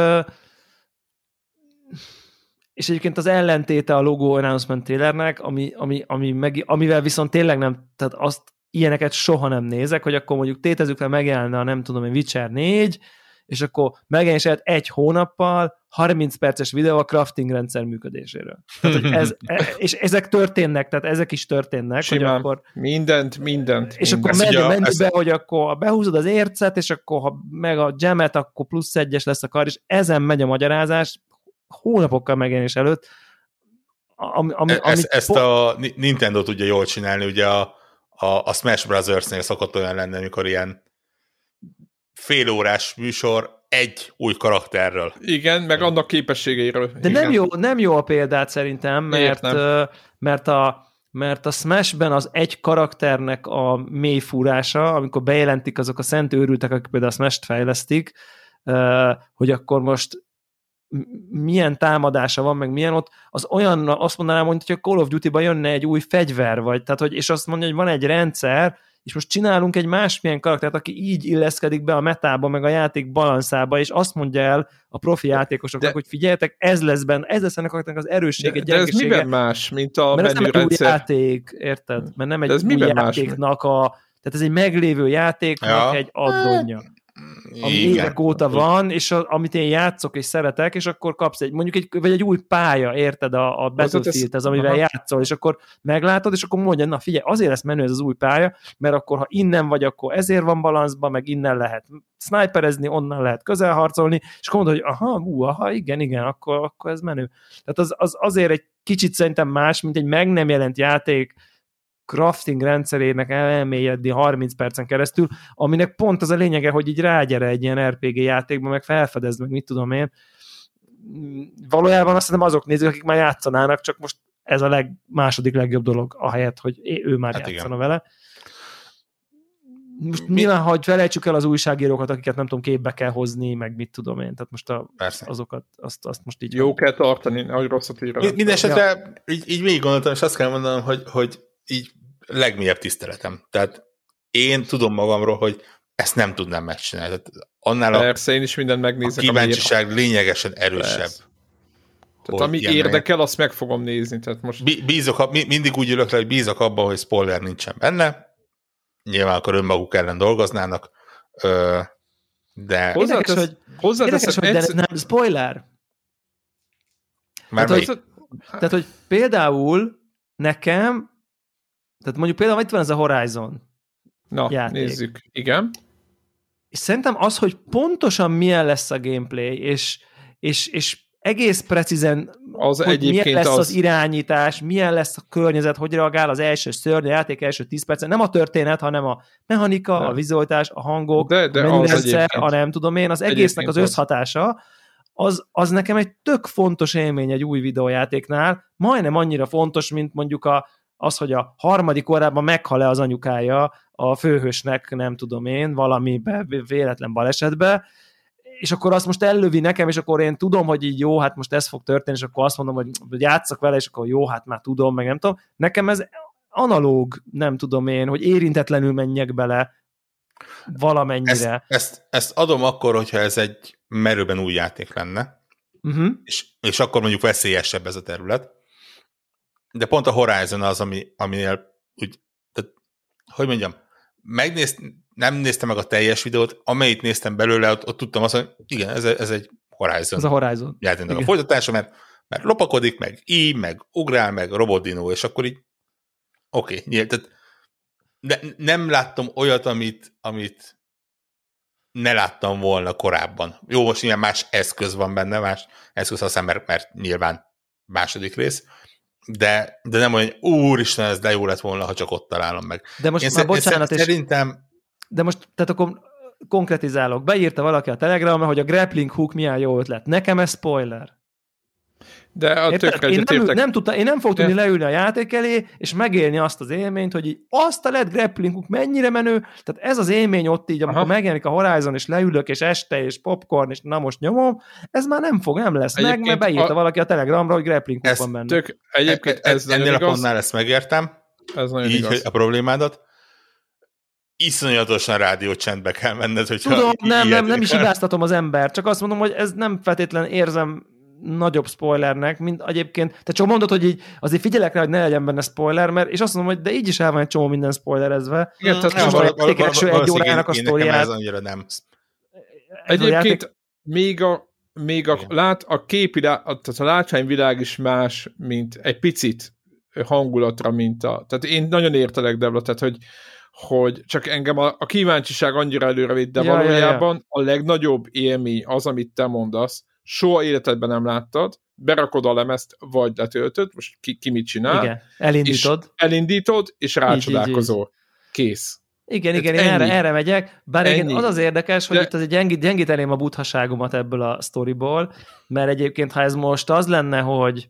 Speaker 2: és egyébként az ellentéte a logo announcement trailernek, amivel viszont tényleg nem, tehát azt ilyeneket soha nem nézek, hogy akkor mondjuk tétezzük fel megjelenne a nem tudom, a Witcher 4, és akkor megjelenik egy hónappal 30 perces videó a crafting rendszer működéséről. Tehát, hogy és ezek történnek, tehát ezek is történnek.
Speaker 1: Simán, hogy akkor,
Speaker 2: mindent. És akkor menj be, hogy akkor behúzod az ércet, és akkor ha meg a gemet, akkor plusz 1-es lesz a kar, és ezen megy a magyarázás, hónapokkal megjelenés előtt.
Speaker 4: Ezt a Nintendo tudja jól csinálni, ugye a Smash Brothers-nél szokott olyan lenni, amikor ilyen félórás műsor egy új karakterről.
Speaker 1: Igen, meg annak képességeiről.
Speaker 2: De nem jó a példát szerintem, mert a Smash-ben az egy karakternek a mély fúrása, amikor bejelentik azok a szent őrültek, akik például a Smash-t fejlesztik, hogy akkor most milyen támadása van, meg milyen ott, az olyan, azt mondanám, hogy a Call of Duty-ban jönne egy új fegyver, vagy, tehát, hogy, és azt mondja, hogy van egy rendszer, és most csinálunk egy másmilyen karaktert, aki így illeszkedik be a metába, meg a játék balanszába, és azt mondja el a profi játékosoknak, hogy figyeljetek, ez lesz ennek a karakternek az erőssége,
Speaker 1: de ez miben más, mint a
Speaker 2: menürendszer? Mert ez nem egy új játék, érted? Mert nem egy új játéknak tehát ez egy meglévő játéknak egy addonja. Ami évek óta van, és amit én játszok és szeretek, és akkor kapsz vagy egy új pálya, érted, a Battlefield, ez amivel játszol, és akkor meglátod, és akkor mondja, na figyelj, azért lesz menő ez az új pálya, mert akkor ha innen vagy, akkor ezért van balanszban, meg innen lehet sniperezni, onnan lehet közelharcolni, és akkor mondod, hogy igen, akkor ez menő. Tehát az azért egy kicsit szerintem más, mint egy meg nem jelent játék crafting rendszerének elmélyedni 30 percen keresztül, aminek pont az a lényege, hogy így rágyere egy ilyen RPG játékba, meg felfedezd, meg mit tudom én. Valójában azt hiszem azok nézik, akik már játszanának, csak most ez a második legjobb dolog, ahelyett, hogy ő már játszana vele. Most nyilván, hogy felejtsük el az újságírókat, akiket nem tudom, képbe kell hozni, meg mit tudom én, tehát most azokat, azt most így...
Speaker 1: Jó kell tartani, ahogy rosszat írja.
Speaker 4: Mindenesetre így végig gondoltam, és azt kell mondanom, hogy így legmélyebb tiszteletem. Tehát én tudom magamról, hogy ezt nem tudnám megcsinálni. Tehát annál
Speaker 1: persze, én is mindent megnézek.
Speaker 4: A kíváncsiság lényegesen erősebb.
Speaker 1: Persze. Tehát ami érdekel, azt meg fogom nézni. Tehát most...
Speaker 4: mindig úgy ülök le, hogy bízok abban, hogy spoiler nincsen benne. Nyilván akkor önmaguk ellen dolgoznának. De...
Speaker 2: Érdekes, hogy de nem spoiler. Tehát, hogy például nekem, tehát mondjuk például itt van ez a Horizon játék.
Speaker 1: Nézzük. Igen.
Speaker 2: És szerintem az, hogy pontosan milyen lesz a gameplay, és egész precízen, hogy milyen lesz az irányítás, milyen lesz a környezet, hogy reagál az első szörny, a játék első 10 percen, nem a történet, hanem a mechanika, a vizualitás, a hangok, a menürendszer, a nem tudom én, az egésznek az összhatása, az nekem egy tök fontos élmény egy új videójátéknál, majdnem annyira fontos, mint mondjuk az, hogy a harmadik órában meghal-e az anyukája a főhősnek, nem tudom én, valami véletlen balesetbe, és akkor azt most ellövi nekem, és akkor én tudom, hogy így jó, hát most ez fog történni, és akkor azt mondom, hogy játsszak vele, és akkor jó, hát már tudom, meg nem tudom. Nekem ez analóg, nem tudom én, hogy érintetlenül menjek bele valamennyire.
Speaker 4: Ezt adom akkor, hogyha ez egy merőben új játék lenne, és akkor mondjuk veszélyesebb ez a terület. De pont a Horizon az, aminél úgy, tehát, hogy mondjam, nem néztem meg a teljes videót, amelyet néztem belőle, ott tudtam azt, hogy igen, ez egy Horizon.
Speaker 2: Ez a Horizon.
Speaker 4: Játéknak a folytatása, mert lopakodik, meg meg ugrál, meg robotdinó, és akkor így tehát nem láttam olyat, amit ne láttam volna korábban. Jó, most nyilván más eszköz van benne, más eszköz aztán, mert nyilván második rész, de nem olyan, hogy úristen, ez de jó lett volna, ha csak ott találom meg.
Speaker 2: De most már bocsánat,
Speaker 4: szerintem...
Speaker 2: De most, tehát akkor konkretizálok. Beírta valaki a Telegramra, hogy a grappling hook milyen jó ötlet. Nekem ez spoiler.
Speaker 1: De a
Speaker 2: én nem fog tudni leülni a játék elé, és megélni azt az élményt, hogy így azt a lett grappling hook mennyire menő, tehát ez az élmény ott így, amikor megjelenik a Horizon, és leülök, és este, és popcorn, és na most nyomom, ez már nem lesz meg, mert beírta valaki a Telegramra, hogy grappling hook van benne.
Speaker 4: Ennél a pontnál ezt megértem,
Speaker 1: ez nagyon
Speaker 4: így
Speaker 1: igaz.
Speaker 4: A problémádat. Iszonyatosan rádiócsendbe kell menned, hogyha...
Speaker 2: Tudom, nem is hibáztatom az embert, csak azt mondom, hogy ez nem feltétlenül érzem nagyobb spoilernek, mint egyébként, te csak mondod, hogy így azért figyelek rá, hogy ne legyen benne spoiler, mert és azt mondom, hogy de így is el van egy csomó minden spoilerezve.
Speaker 1: Igen,
Speaker 2: tehát első egy órának a sztoriát.
Speaker 4: Ez annyira nem.
Speaker 1: Egyébként még a képi, tehát a látványvilág is más, mint egy picit hangulatra, mint tehát én nagyon értelek, Debla, tehát hogy csak engem a kíváncsiság annyira előre vitt, de valójában a legnagyobb élmény az, amit te mondasz, soha életedben nem láttad, berakod a lemezt, vagy letöltöd, most ki mit csinál.
Speaker 2: Igen,
Speaker 1: elindítod, és rácsodálkozol. Kész.
Speaker 2: Igen, én erre megyek, bár igen, az érdekes, hogy itt azért gyengíteném a buthaságomat ebből a sztoriból, mert egyébként, ha ez most az lenne, hogy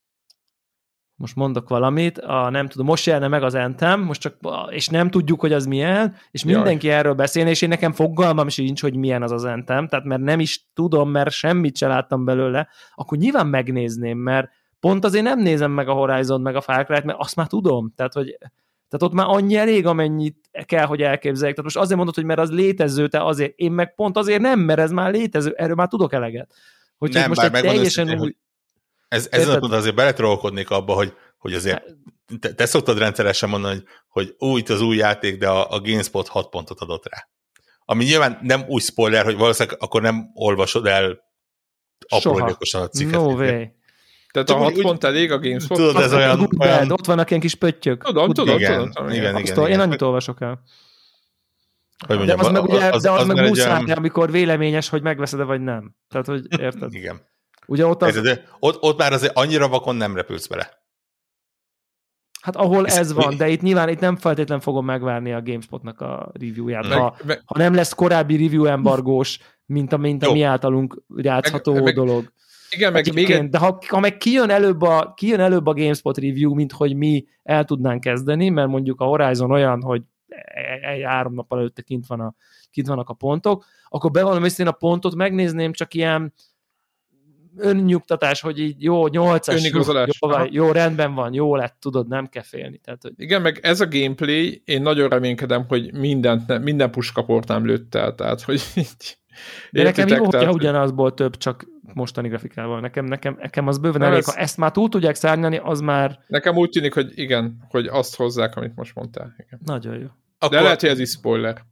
Speaker 2: most mondok valamit, nem tudom, most jelenne meg az Anthem, és nem tudjuk, hogy az milyen, és mindenki erről beszélne, és én nekem fogalmam sincs, hogy milyen az Anthem, tehát mert nem is tudom, mert semmit se láttam belőle, akkor nyilván megnézném, mert pont azért nem nézem meg a Horizon, meg a Far Cry-t, mert azt már tudom, tehát ott már annyi elég, amennyit kell, hogy elképzeljek. Tehát most azért mondod, hogy mert az létező, te azért, én meg pont azért nem, mert ez már létező, erről már tudok eleget. Hogy
Speaker 4: nem,
Speaker 2: most egy teljesen új...
Speaker 4: Ezen a ponton azért beletrollkodnék abba, hogy azért te szoktad rendszeresen mondani, hogy itt az új játék, de a GameSpot 6 pontot adott rá. Ami nyilván nem új spoiler, hogy valószínűleg akkor nem olvasod el aprólékosan a cikket.
Speaker 2: No way.
Speaker 1: Tehát a 6 pont elég a GameSpot?
Speaker 4: Tudod, ez olyan...
Speaker 2: Ott vannak ilyen kis pöttyök.
Speaker 1: Tudom.
Speaker 2: Igen. Én annyit olvasok el.
Speaker 4: Hogy mondjam,
Speaker 2: de az meg, ugye,
Speaker 4: az
Speaker 2: meg muszáj,
Speaker 4: olyan...
Speaker 2: amikor véleményes, hogy megveszed-e vagy nem. Tehát, hogy érted?
Speaker 4: Igen.
Speaker 2: Ugye
Speaker 4: ott már azért annyira vakon nem repülsz bele.
Speaker 2: Hát ahol ez van, de itt nyilván nem feltétlenül fogom megvárni a GameSpotnak a reviewját. Ha nem lesz korábbi review embargós, mint a mi általunk játszható dolog.
Speaker 1: Igen, meg még
Speaker 2: de ha meg kijön előbb a GameSpot review, mint hogy mi el tudnánk kezdeni, mert mondjuk a Horizon olyan, hogy 3 nappal előtte kint vannak a pontok, akkor bevallom őszintén a pontot megnézném, csak ilyen önnyugtatás, hogy így jó, 8-as, jó, rendben van, jó lett, tudod, nem kell félni. Tehát, hogy...
Speaker 1: Igen, meg ez a gameplay, én nagyon reménykedem, hogy minden puskaport nem lőtt el, tehát, hogy így...
Speaker 2: De nekem jó, hogyha ugyanazból több, csak mostani grafikával. Nekem az bőven elég. Ha ezt már túl tudják szárnyalni, az már...
Speaker 1: Nekem úgy tűnik, hogy igen, hogy azt hozzák, amit most mondtál. Igen.
Speaker 2: Nagyon jó.
Speaker 1: De lehet, hogy ez is spoiler.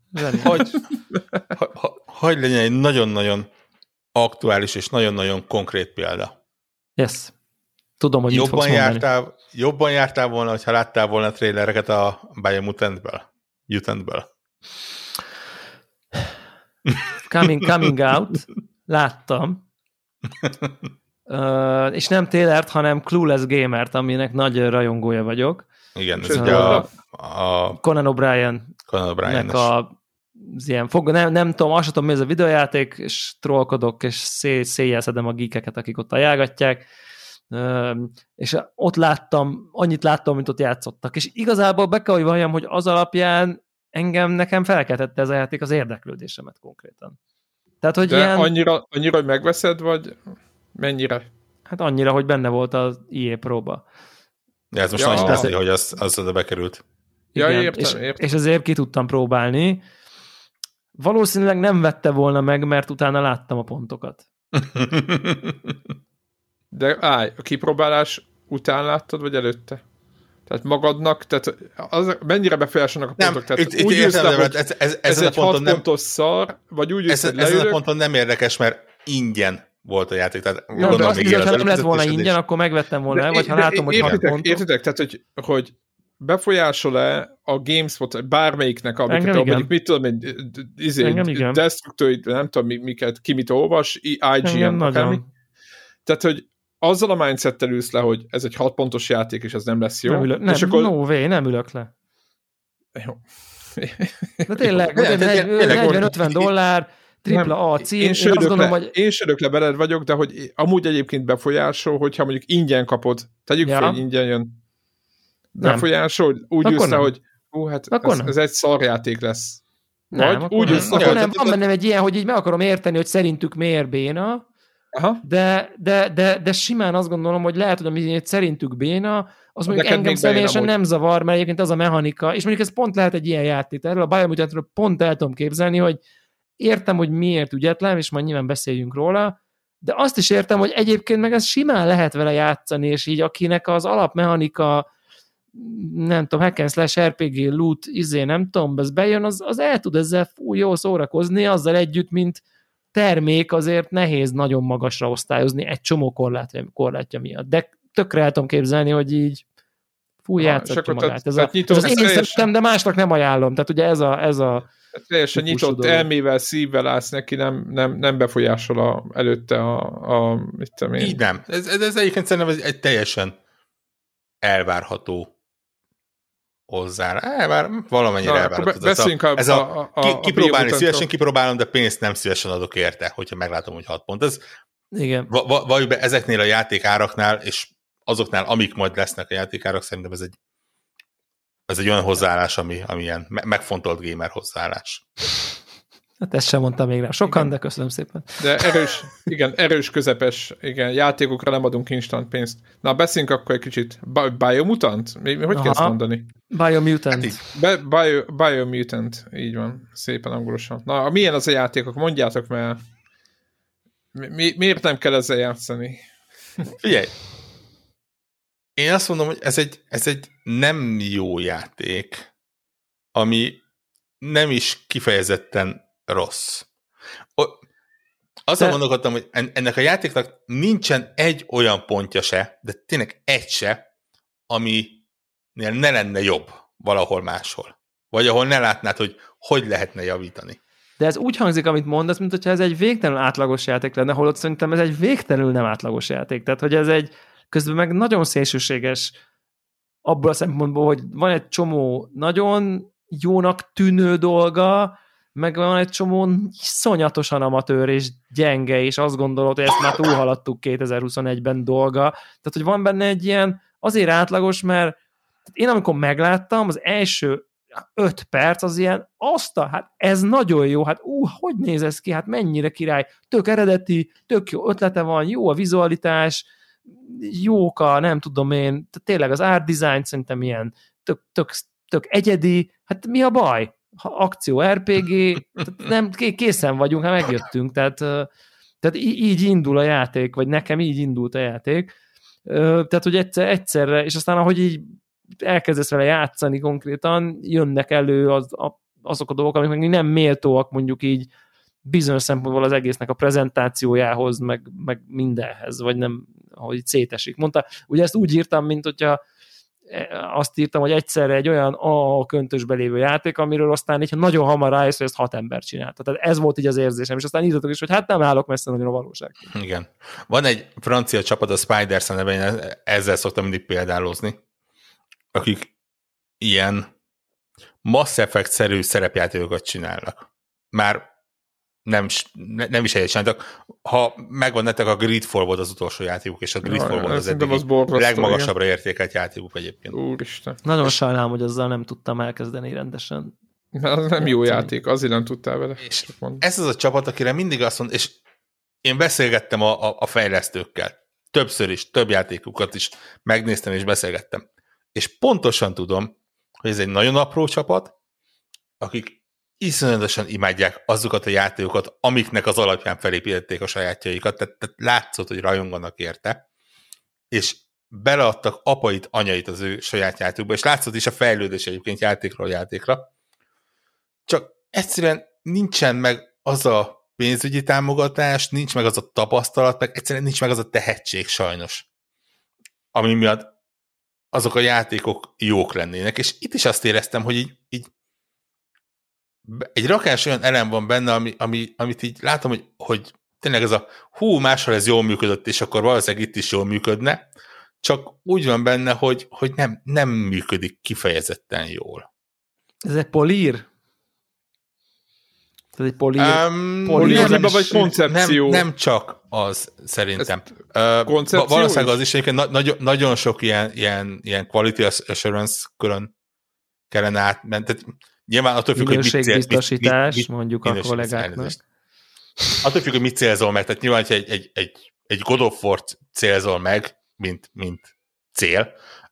Speaker 4: Hogy legyen egy nagyon-nagyon aktuális és nagyon-nagyon konkrét példa.
Speaker 2: Yes. Tudom, hogy mit fogsz mondani.
Speaker 4: Jobban jártál volna, hogyha láttál volna a trailereket a Biomutantből.
Speaker 2: Coming Out. Láttam. És nem Taylort, hanem Clueless Gamert, aminek nagy rajongója vagyok.
Speaker 4: Igen, ez ugye a
Speaker 2: Conan O'Brien-nek az ilyen nem tudom, azt tudom, mi ez a videójáték, és trollkodok, és széjjel szedem a geekeket, akik ott ajánlgatják, és ott annyit láttam, mint ott játszottak, és igazából be kell, hogy valljam, hogy az alapján nekem felkeltette ez a játék az érdeklődésemet konkrétan. Tehát, hogy
Speaker 1: de annyira, hogy megveszed, vagy mennyire?
Speaker 2: Hát annyira, hogy benne volt az EA Pro-ba.
Speaker 4: De ez most nagyon beszél, hogy az oda bekerült.
Speaker 2: Igen, ja, értem. És ezért ki tudtam próbálni. Valószínűleg nem vette volna meg, mert utána láttam a pontokat.
Speaker 1: De a kipróbálás után láttad, vagy előtte? Tehát magadnak, tehát mennyire befolyásolnak a pontok? Tehát
Speaker 4: úgy értem, hogy ez
Speaker 1: egy 6 pontos szar, vagy úgy ülsz, hogy leülök.
Speaker 4: Ezen a ponton nem érdekes, mert ingyen volt a játék. Tehát
Speaker 2: no, de azt hiszem, ha nem lett volna ingyen, akkor megvettem volna el, vagy ha látom, hogy 6 pontok.
Speaker 1: Értitek, tehát hogy befolyásol-e a GameSpot bármelyiknek, amiket mondjuk, mit tudom, Destructoid, nem tudom, miket, ki mit olvas, IGN, akármi. Tehát, hogy azzal a mindsettel ülsz le, hogy ez egy 6 pontos játék, és ez nem lesz jó.
Speaker 2: Nem ülök le.
Speaker 1: Jó.
Speaker 2: De tényleg, $40-50, tripla A cím.
Speaker 1: Én sörök le beled vagyok, de hogy amúgy egyébként befolyásol, hogyha mondjuk ingyen kapod, tegyük fel, hogy ingyen jön. Befolyásol, úgy ülsz le, hogy ez egy szarjáték lesz.
Speaker 2: Nem, úgy ülsz le, hogy... Van bennem egy ilyen, hogy így meg akarom érteni, hogy szerintük miért béna, de simán azt gondolom, hogy lehet, hogy ami szerintük béna, az mondjuk engem személyesen nem zavar, mert egyébként az a mechanika, és mondjuk ez pont lehet egy ilyen játék. Erről a Biomutantról pont el tudom képzelni, hogy értem, hogy miért ügyetlen, és majd nyilván beszéljünk róla, de azt is értem, hogy egyébként meg ez simán lehet vele játszani, és így akinek az alapmechanika, nem tudom, hack and slash, RPG, loot, nem tudom, ez bejön, az el tud ezzel jó szórakozni, azzal együtt, mint termék azért nehéz nagyon magasra osztályozni egy csomó korlátja miatt. De tökre el tudom képzelni, hogy így játszatja magát. Ez az én szeretem, de másnak nem ajánlom. Tehát ugye ez a
Speaker 1: teljesen nyitott elmével, szívvel állsz neki, nem befolyásol előtte mit tudom én.
Speaker 4: Így nem. Ez egyébként szerintem egy teljesen elvárható hozzá. Valamennyire elvárható.
Speaker 1: Beszéljünk
Speaker 4: kipróbálni szívesen kipróbálom, de pénzt nem szívesen adok érte, hogyha meglátom, hogy 6 pont.
Speaker 2: Igen.
Speaker 4: Valljuk be, ezeknél a játékáraknál, és azoknál, amik majd lesznek a játékárak, szerintem ez egy olyan hozzáállás, ami ilyen megfontolt gamer hozzáállás.
Speaker 2: Hát ezt sem mondtam még rá sokan, igen. De köszönöm szépen.
Speaker 1: De erős, közepes, igen, játékokra nem adunk instant pénzt. Na, beszéljünk akkor egy kicsit. Biomutant? Hogy kell ezt mondani?
Speaker 2: Biomutant.
Speaker 1: Biomutant, így van. Szépen angolosan. Na, milyen az a játékok? Mondjátok, mert miért nem kell ezzel játszani?
Speaker 4: Figyelj! Én azt mondom, hogy ez egy nem jó játék, ami nem is kifejezetten rossz. Azon gondolkodtam, hogy ennek a játéknak nincsen egy olyan pontja se, de tényleg egy se, aminél ne lenne jobb valahol máshol. Vagy ahol ne látnád, hogy lehetne javítani.
Speaker 2: De ez úgy hangzik, amit mondasz, mint hogyha ez egy végtelenül átlagos játék lenne, holott szerintem ez egy végtelenül nem átlagos játék. Tehát, hogy ez egy közben meg nagyon szélsőséges abból a szempontból, hogy van egy csomó nagyon jónak tűnő dolga, meg van egy csomó iszonyatosan amatőr és gyenge, és azt gondolod, hogy ezt már túlhaladtuk 2021-ben dolga. Tehát, hogy van benne egy ilyen azért átlagos, mert én amikor megláttam, az első 5 perc az ilyen, hát ez nagyon jó, hát hogy néz ez ki, hát mennyire király, tök eredeti, tök jó ötlete van, jó a vizualitás, jók a, nem tudom én, tényleg az art design szerintem ilyen tök egyedi, hát mi a baj? Akció RPG, nem, készen vagyunk, hát megjöttünk, tehát így indul a játék, vagy nekem így indult a játék, tehát hogy egyszerre, és aztán ahogy így elkezdesz vele játszani konkrétan, jönnek elő azok a dolgok, amik meg nem méltóak mondjuk így bizonyos szempontból az egésznek a prezentációjához, meg mindenhez, vagy nem, ahogy szétesik. Mondta, ugye ezt úgy írtam, mint hogyha azt írtam, hogy egyszerre egy olyan köntösbe lévő játék, amiről aztán így nagyon hamar rájössz, hogy ezt 6 ember csinálta. Tehát ez volt így az érzésem, és aztán írtatok is, hogy hát nem állok messze nagyon a valóság.
Speaker 4: Igen. Van egy francia csapat, a Spiders nevén, ezzel szoktam mindig példálozni, akik ilyen Mass Effect-szerű szerepjátékokat csinálnak. Már nem is helyet csináltak. Ha megvan nektek, a Gridfall volt az utolsó játékuk, és a Gridfall volt az eddig legmagasabbra értékelt játékuk egyébként.
Speaker 1: Úristen.
Speaker 2: Nagyon sajnálom, hogy azzal nem tudtam elkezdeni rendesen.
Speaker 1: Az nem jó játék, azért nem tudtál vele.
Speaker 4: És ez az a csapat, akire mindig azt mond, és én beszélgettem a fejlesztőkkel. Többször is, több játékukat is megnéztem és beszélgettem. És pontosan tudom, hogy ez egy nagyon apró csapat, akik iszonyatosan imádják azokat a játékokat, amiknek az alapján felépítették a sajátjaikat, tehát látszott, hogy rajonganak érte, és beleadtak apait, anyait az ő saját játékokba, és látszott is a fejlődés egyébként játékról játékra, csak egyszerűen nincsen meg az a pénzügyi támogatás, nincs meg az a tapasztalat, meg egyszerűen nincs meg az a tehetség sajnos, ami miatt azok a játékok jók lennének, és itt is azt éreztem, hogy így egy rakás olyan elem van benne, amit így látom, hogy tényleg ez a máshol ez jól működött, és akkor valószínűleg itt is jól működne, csak úgy van benne, hogy nem működik kifejezetten jól.
Speaker 2: Ez egy polír? Ez egy
Speaker 1: polír vagy koncepció?
Speaker 4: Nem csak az, szerintem. Valószínűleg az is, egyébként nagyon sok ilyen quality assurance külön kellene átmenni. Tehát nyilván attól függ, hogy
Speaker 2: minőségbiztosítás, mondjuk a kollégáknak.
Speaker 4: Attól függ, hogy mit célzol meg. Tehát nyilván, hogyha egy God of War-t célzol meg, mint cél,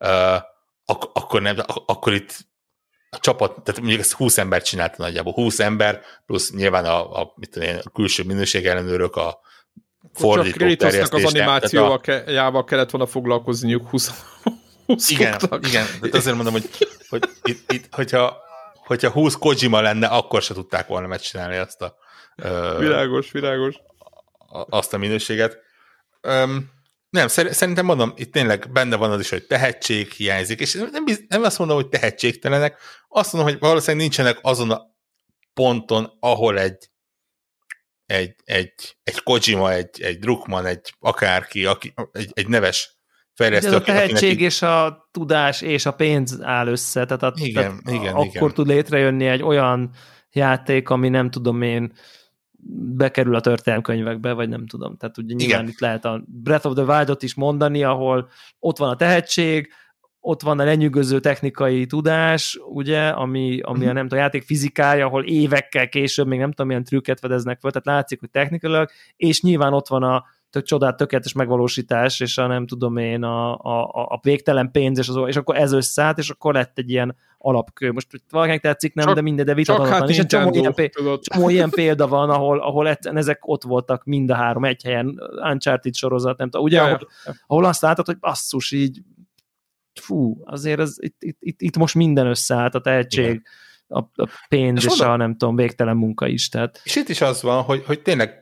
Speaker 4: akkor itt a csapat, tehát mondjuk ezt 20 ember csinálta nagyjából. 20 ember, plusz nyilván a külső minőségellenőrök, a fordítók terjesztésre.
Speaker 1: Az animációjával kellett volna foglalkozniuk 20
Speaker 4: igen, de azért mondom, hogy itt hogyha 20 Kojima lenne, akkor se tudták volna megcsinálni azt a
Speaker 1: világos.
Speaker 4: Azt a minőséget. Nem, szerintem mondom, itt tényleg benne van az is, hogy tehetség hiányzik, és nem azt mondom, hogy tehetségtelenek, azt mondom, hogy valószínűleg nincsenek azon a ponton, ahol egy Kojima, egy Druckmann, egy akárki, egy neves fejlesztő.
Speaker 2: Ez a tehetség és a tudás és a pénz áll össze, tehát akkor tud létrejönni egy olyan játék, ami nem tudom én bekerül a történelemkönyvekbe, vagy nem tudom. Tehát ugye nyilván itt lehet a Breath of the Wild-ot is mondani, ahol ott van a tehetség, ott van a lenyűgöző technikai tudás, ugye, ami a nem tudom, a játék fizikája, ahol évekkel később még nem tudom, milyen trükket fedeznek fel, tehát látszik, hogy technikailag, és nyilván ott van a tökéletes megvalósítás, és a nem tudom én, a végtelen pénz, és akkor ez összeállt, és akkor lett egy ilyen alapkő. Most valakinek tetszik, nem, de minden, de vitathatatlan. És egy csomó ilyen példa van, ahol ezek ott voltak mind a három egy helyen, Uncharted sorozat, nem tudom, ugye, ahol azt látod, hogy basszus, így azért itt most minden összeállt, a tehetség, a pénz, és a nem tudom, végtelen munka is. Tehát.
Speaker 4: És itt is az van, hogy tényleg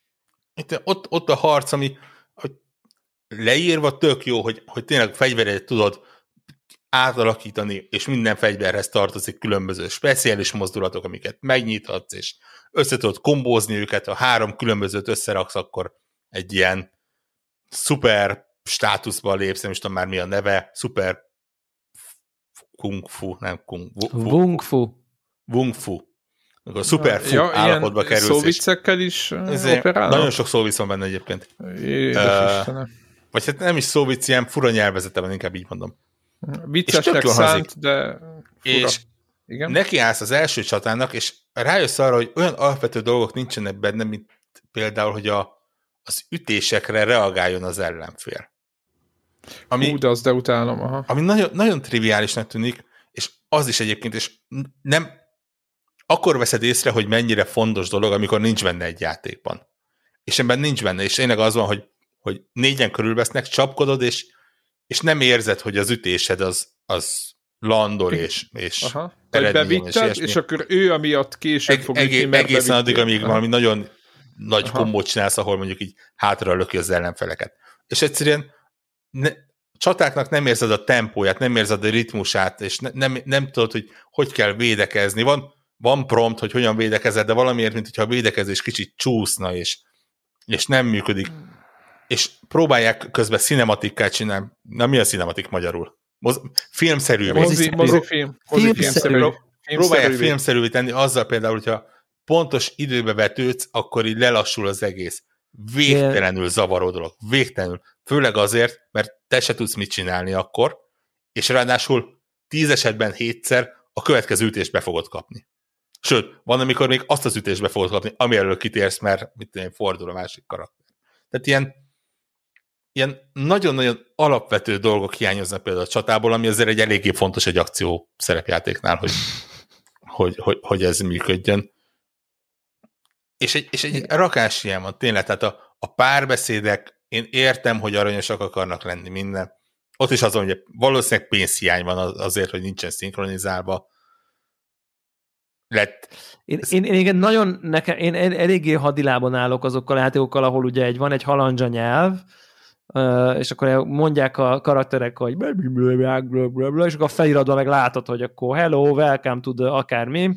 Speaker 4: ott a harc, ami hogy leírva tök jó, hogy tényleg fegyveredet tudod átalakítani, és minden fegyverhez tartozik különböző speciális mozdulatok, amiket megnyithatsz, és össze tudod kombózni őket, a 3 különbözőt összeraksz, akkor egy ilyen szuper státuszban lépsz, nem is tudom már mi a neve, szuper kung fu, nem kung fu. Wung fu. Akkor szuper fu állapotba kerülsz.
Speaker 1: Szóviccekkel is operálnak?
Speaker 4: Nagyon sok szóvic van benne egyébként. Vagy hát nem is szóvic, ilyen fura nyelvezete van, inkább így mondom.
Speaker 1: Viccesnek szánt, de fura.
Speaker 4: És igen? Nekiállsz az első csatának, és rájössz arra, hogy olyan alapvető dolgok nincsenek benne, mint például, hogy az ütésekre reagáljon az ellenfél.
Speaker 1: De azt de utálom. Aha.
Speaker 4: Ami nagyon, nagyon triviálisnak tűnik, és az is egyébként, és nem akkor veszed észre, hogy mennyire fontos dolog, amikor nincs benne egy játékban. És ebben nincs benne, és tényleg az van, hogy 4-en körülvesznek, csapkodod, és nem érzed, hogy az ütésed az landol, és
Speaker 1: eredményes. És akkor ő amiatt később fog ütni, mert
Speaker 4: egészen addig, amíg valami nagyon nagy kombót csinálsz, ahol mondjuk így hátra löki az ellenfeleket. És egyszerűen csatáknak nem érzed a tempóját, nem érzed a ritmusát, és nem tudod, hogy kell védekezni. Van prompt, hogy hogyan védekezed, de valamiért, mint hogyha a védekezés kicsit csúszna, és nem működik. És próbálják közben cinematikkát csinálni. Na, mi a cinematik magyarul? Filmszerűvé.
Speaker 1: Mozifilm.
Speaker 4: Próbálják filmszerűvé tenni azzal például, hogyha pontos időbe vetődsz, akkor így lelassul az egész. Végtelenül zavaró dolog. Végtelenül. Főleg azért, mert te se tudsz mit csinálni akkor, és ráadásul 10 esetben 7-szer a következő ütést be fogod kapni. Sőt, van, amikor még azt az ütést be fogod kapni, ami elől kitérsz, mert fordul a másik karakter. Tehát ilyen nagyon-nagyon alapvető dolgok hiányoznak például a csatából, ami azért egy eléggé fontos egy akció szerepjátéknál, hogy ez működjön. És egy rakás ilyen van, tényleg, tehát a párbeszédek, én értem, hogy aranyosak akarnak lenni minden. Ott is azon, hogy valószínűleg pénzhiány van azért, hogy nincsen szinkronizálva.
Speaker 2: Én eléggé hadilában állok azokkal a játékokkal, ahol ugye van egy halandzsa nyelv, és akkor mondják a karakterek, hogy és akkor a feliratban meg látod, hogy akkor hello, welcome to the akármi.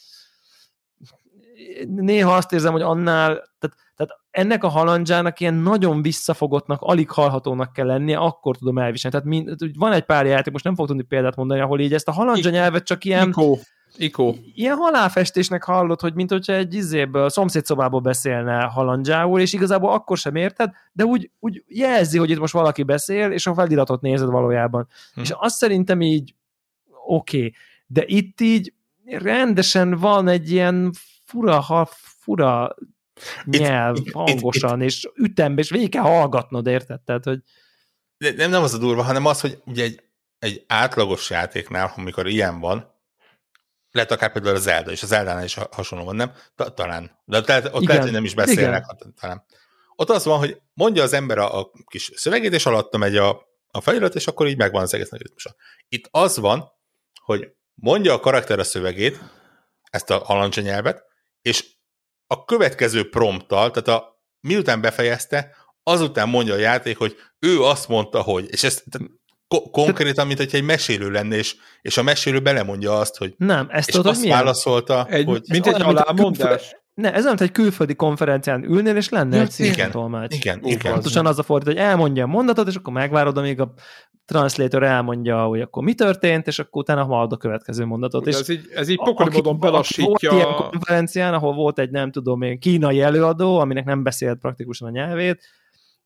Speaker 2: Néha azt érzem, hogy annál, tehát ennek a halandzsának ilyen nagyon visszafogottnak, alig hallhatónak kell lennie, akkor tudom elviselni. Tehát van egy pár játék, most nem fogok tudni példát mondani, ahol így ezt a halandzsa nyelvet csak ilyen ilyen halálfestésnek hallod, hogy mint hogyha egy szomszédszobából beszélne halandzsául, és igazából akkor sem érted, de úgy jelzi, hogy itt most valaki beszél, és a feliratot nézed valójában. És azt szerintem így oké. De itt így rendesen van egy ilyen fura nyelv, hangosan, és ütembe, és végig kell hallgatnod, érted? Tehát, hogy...
Speaker 4: Nem az a durva, hanem az, hogy ugye egy átlagos játéknál, amikor ilyen van, lehet akár például az Zelda, és az Zeldánál is hasonló van, nem? Talán. De ott lehet, hogy nem is beszélnek. Talán. Ott az van, hogy mondja az ember a kis szövegét, és alatta megy a felirat, és akkor így megvan az egész nagy ritmusa. Itt az van, hogy mondja a karakter a szövegét, ezt a halandzsa nyelvet, és a következő prompttal, tehát miután befejezte, azután mondja a játék, hogy ő azt mondta, hogy, és ez konkrétan, mint hogyha egy mesélő lenne, és a mesélő belemondja azt, hogy
Speaker 2: nem, ezt
Speaker 4: és azt válaszolta, hogy...
Speaker 1: Mint egy alámondás.
Speaker 2: Ne, ez olyan, mint egy külföldi konferencián ülnél, és lenne egy szinkrontolmács.
Speaker 4: Igen.
Speaker 2: Pontosan az a fordít, hogy elmondja a mondatot, és akkor megvárod, amíg a translator elmondja, hogy akkor mi történt, és akkor utána hallod a következő mondatot.
Speaker 1: És ez így pokoli módon belassítja.
Speaker 2: Volt ilyen konferencián, ahol volt egy, nem tudom én, kínai előadó, aminek nem beszélt praktikusan a nyelvét,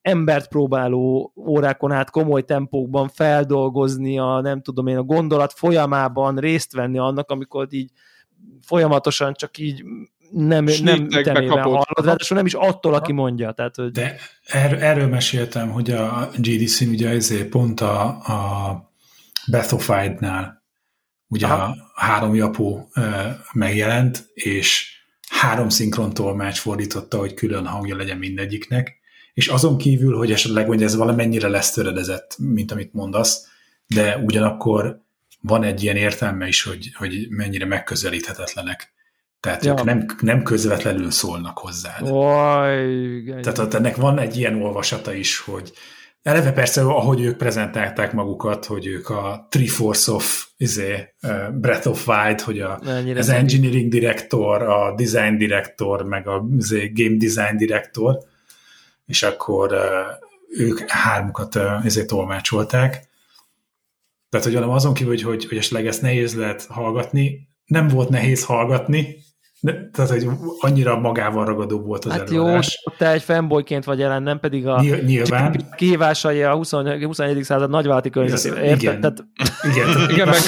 Speaker 2: embert próbáló órákon át komoly tempókban feldolgozni nem tudom én, a gondolat folyamában részt venni annak, amikor így folyamatosan csak így nem ütemével hallod, ráadásul nem is attól, aki mondja. Tehát, hogy...
Speaker 3: De erről meséltem, hogy a GDC-n ugye ezért pont a Breath of Wild-nál ugye a 3 japó megjelent, és 3 szinkrontolmács fordította, hogy külön hangja legyen mindegyiknek, és azon kívül, hogy esetleg mondja, ez valamennyire lesz töredezett, mint amit mondasz, de ugyanakkor van egy ilyen értelme is, hogy mennyire megközelíthetetlenek. Tehát ők nem közvetlenül szólnak hozzád. Tehát ennek van egy ilyen olvasata is, hogy eleve persze, ahogy ők prezentálták magukat, hogy ők a Triforce of Breath of Wild, hogy az engineering director, a design director, meg a game design director, és akkor ők 3-ukat tolmácsolták. Tehát, hogy azon kívül, hogy esetleg ezt nehéz lehet hallgatni, nem volt nehéz hallgatni, tehát, hogy annyira magával ragadó volt az előadás.
Speaker 2: Jó, te egy fanboyként vagy jelen, nem pedig a kihívásai a 21. század nagyvállalati környezetében. Érted?
Speaker 1: Igen, meg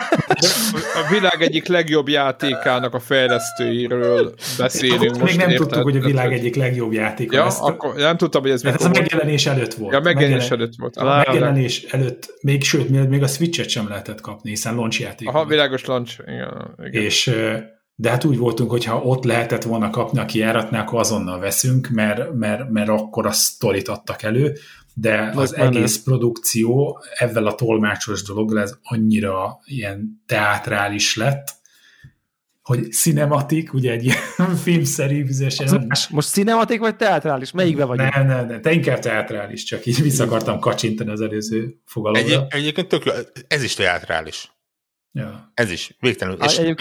Speaker 1: a világ egyik legjobb játékának a fejlesztőiről beszélünk
Speaker 3: most. Még nem tudtuk, hogy a világ egyik legjobb játéka.
Speaker 1: Ja, akkor nem tudtam, hogy ez mikor
Speaker 3: volt. Ez a megjelenés előtt volt.
Speaker 1: Ja, megjelenés előtt volt.
Speaker 3: A megjelenés előtt, sőt, még a Switch-et sem lehetett kapni, hiszen launch játék.
Speaker 1: Aha, világos launch. Igen.
Speaker 3: De hát úgy voltunk, hogy ha ott lehetett volna kapni a kijáratnál, akkor azonnal veszünk, mert akkor a sztorit adtak elő, de az egész produkció ezzel a tolmácsos dologgal ez annyira ilyen teátrális lett, hogy cinematik, ugye egy ilyen filmszerű vizesen.
Speaker 2: Most cinematik vagy teátrális? Melyikbe vagyunk?
Speaker 3: Nem, te inkább teátrális, csak így vissza akartam kacsintani az előző fogalomra.
Speaker 4: Egyébként tök jó, ez is teátrális.
Speaker 3: Ja.
Speaker 4: Ez is, végtelenül.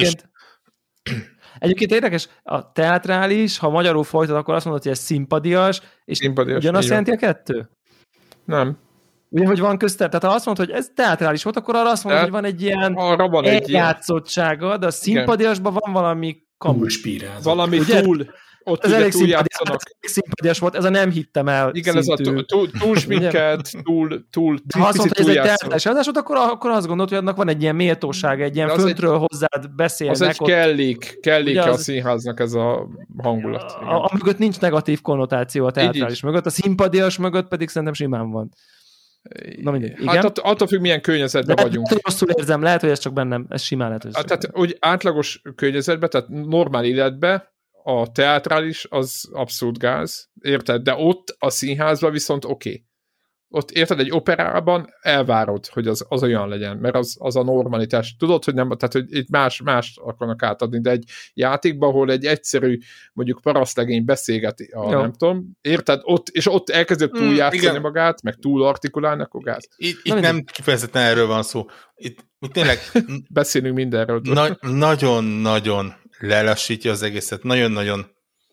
Speaker 2: Egyébként érdekes, a teátrális, ha magyarul folytat, akkor azt mondod, hogy ez szimpadias, és ugyanazt jelenti a kettő?
Speaker 1: Nem.
Speaker 2: Ugye, hogy van köztem, tehát ha azt mondod, hogy ez teátrális volt, akkor arra azt mondod, hogy van egy ilyen eljátszottsága, de a szimpadiasban van valami
Speaker 3: kamuspírázat.
Speaker 1: Valami túl... Ott ez elég
Speaker 2: szimpadias volt, ez a nem hittem el.
Speaker 1: Igen, szintű. Ez a túl sminket, túl
Speaker 2: ha azt mondta, hogy ez egy teátrális adás volt, akkor azt gondolod, hogy annak van egy ilyen méltósága, egy ilyen föntről hozzád beszélnek.
Speaker 1: Az egy kellék a színháznak ez a hangulat.
Speaker 2: Amögött nincs negatív konnotáció a teátrális mögött, a szimpadias mögött pedig szerintem simán van. Na mindegy. Igen?
Speaker 1: Hát attól függ, milyen környezetben vagyunk.
Speaker 2: Rosszul érzem, lehet, hogy ez csak bennem, ez simán lehet.
Speaker 1: Tehát úgy átlagos környezetben, tehát normál életben a teátrális az abszolút gáz, érted? De ott a színházban viszont oké. Ott érted, egy operában elvárod, hogy az olyan legyen, mert az a normalitás. Tudod, hogy nem, tehát hogy itt más akarnak átadni, de egy játékban, ahol egy egyszerű, mondjuk parasztlegény beszélgeti, nem tudom, érted? Ott elkezdett túljátszani magát, meg túl artikulálni, akkor gáz.
Speaker 4: Itt nem kifejezetten erről van szó. Itt tényleg
Speaker 1: beszélünk mindenről.
Speaker 4: Nagyon-nagyon lelassítja az egészet, nagyon-nagyon.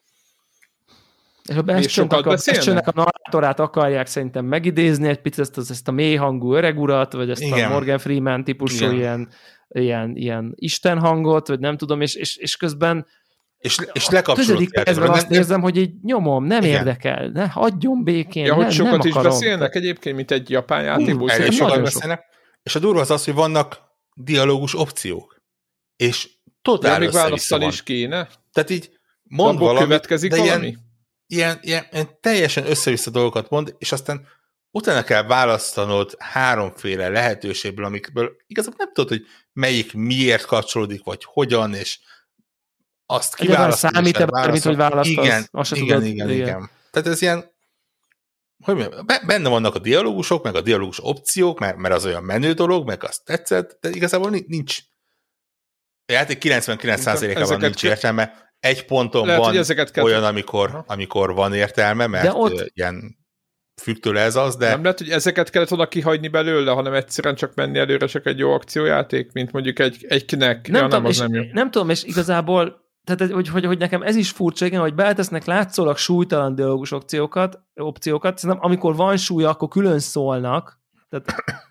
Speaker 2: És a Bastionnek a narrátorát akarják szerintem megidézni egy picit, ezt a mélyhangú öreg urat, vagy ezt a Morgan Freeman típusú ilyen Isten hangot, vagy nem tudom, és közben
Speaker 4: és lekapcsolódott
Speaker 2: kezdve azt érzem, hogy így nyomom, nem érdekel, ne hagyjon békén,
Speaker 1: ja, hogy sokat is beszélnek egyébként, mint egy japán játékból.
Speaker 4: Sokat beszélnek, és a durva az, hogy vannak dialógus opciók, és totál össze-vissza van.
Speaker 1: Is kéne?
Speaker 4: Tehát így mond valamit,
Speaker 1: következik valami?
Speaker 4: Ilyen teljesen össze-vissza dolgokat mond, és aztán utána kell választanod 3 lehetőségből, amikből igazából nem tudod, hogy melyik miért kapcsolódik, vagy hogyan, és azt kiválasztod.
Speaker 2: Számít-e bármit, hogy választasz?
Speaker 4: Igen. Tehát ez ilyen, hogy mondjam, benne vannak a dialógusok, meg a dialógus opciók, mert az olyan menő dolog, meg azt tetszett, de igazából nincs. A játék 99%-ában nincs értelme. Egy ponton lehet, van olyan, amikor van értelme, mert ilyen függ tőle ez az, de...
Speaker 1: Nem lehet, hogy ezeket kellett volna kihagyni belőle, hanem egyszerűen csak menni előre, csak egy jó akciójáték, mint mondjuk egy Kinect.
Speaker 2: Nem tudom, és igazából, tehát, hogy nekem ez is furcsa, igen, hogy beletesznek látszólag súlytalan dialógus opciókat, szerintem amikor van súlya, akkor külön szólnak, tehát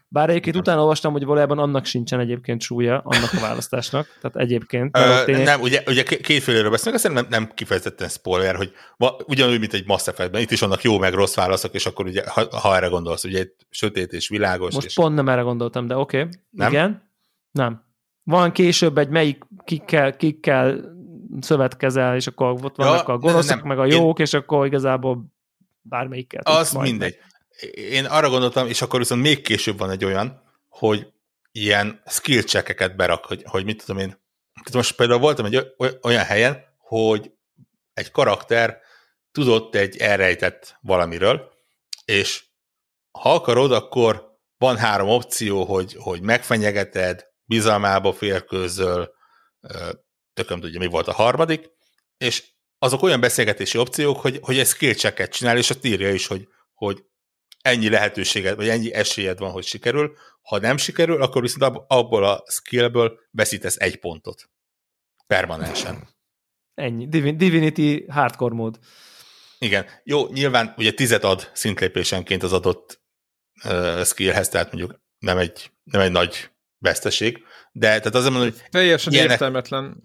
Speaker 2: Bár egyébként utána olvastam, hogy valójában annak sincsen egyébként súlya, annak a választásnak. Tehát egyébként.
Speaker 4: Nem, ugye kétféléről beszélünk, azt nem kifejezetten spoiler, hogy ugyanúgy, mint egy Mass Effectben, itt is vannak jó meg rossz válaszok, és akkor ugye, ha erre gondolsz, ugye sötét és világos.
Speaker 2: Most
Speaker 4: és...
Speaker 2: pont nem erre gondoltam, de oké. Igen. Nem. Van később egy melyik kikkel szövetkezel, és akkor ott vannak a gonoszak, meg a jók, és akkor igazából bármelyikkel.
Speaker 4: Az mindegy. Én arra gondoltam, és akkor viszont még később van egy olyan, hogy ilyen skill checkeket berak, hogy mit tudom én. Most például voltam egy olyan helyen, hogy egy karakter tudott egy elrejtett valamiről, és ha akarod, akkor van 3 opció, hogy megfenyegeted, bizalmába férkőzöl, tököm tudja, mi volt a harmadik, és azok olyan beszélgetési opciók, hogy egy skill checket csinál, és azt írja is, hogy ennyi lehetőséged, vagy ennyi esélyed van, hogy sikerül. Ha nem sikerül, akkor viszont abból a skillből veszítesz 1 pontot. Permanensen.
Speaker 2: Ennyi. Divinity hardcore mód.
Speaker 4: Igen. Jó, nyilván ugye 10 ad szintlépésenként az adott skillhez, tehát mondjuk nem egy nagy veszteség, de tehát azért mondom, hogy
Speaker 1: teljesen értelmetlen.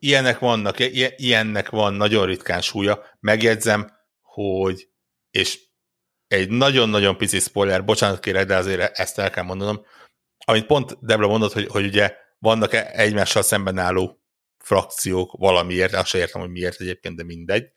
Speaker 4: Ilyennek van nagyon ritkán súlya. Megjegyzem, hogy és egy nagyon-nagyon pici spoiler, bocsánat kérek, de azért ezt el kell mondanom, amit pont Debra mondott, hogy ugye vannak egymással szemben álló frakciók valamiért, azt sem értem, hogy miért egyébként, de mindegy.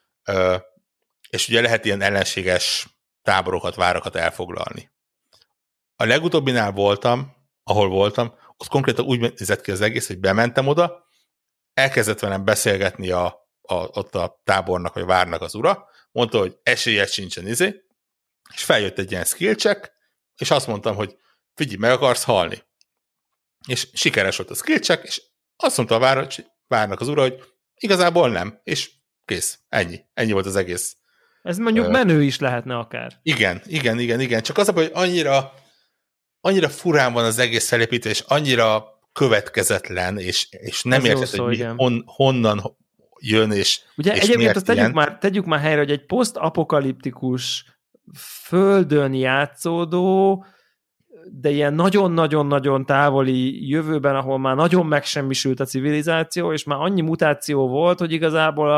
Speaker 4: És ugye lehet ilyen ellenséges táborokat, várakat elfoglalni. A legutóbbinál ahol voltam, ott konkrétan úgy nézett ki az egész, hogy bementem oda, elkezdett velem beszélgetni ott a tábornak, vagy a várnak az ura, mondta, hogy esélyed sincsen és feljött egy ilyen skill check, és azt mondtam, hogy figyelj, meg akarsz halni. És sikeres volt a skill check, és azt mondta a várnak az ura, hogy igazából nem, és kész. Ennyi volt az egész.
Speaker 2: Ez mondjuk menő is lehetne akár.
Speaker 4: Igen. Csak az a baj, hogy annyira furán van az egész felépítés, annyira következetlen, és nem érted, hogy honnan jön, és
Speaker 2: ugye
Speaker 4: és
Speaker 2: egyébként azt tegyük már helyre, hogy egy posztapokaliptikus földön játszódó, de ilyen nagyon-nagyon-nagyon távoli jövőben, ahol már nagyon megsemmisült a civilizáció, és már annyi mutáció volt, hogy igazából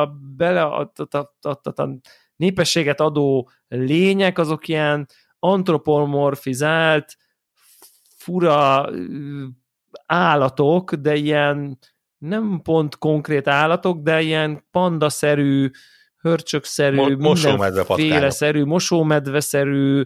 Speaker 2: a népességet adó lények, azok ilyen antropomorfizált, fura állatok, de ilyen nem pont konkrét állatok, de ilyen pandaszerű, hörcsökszerű, mindenféleszerű, mosómedveszerű,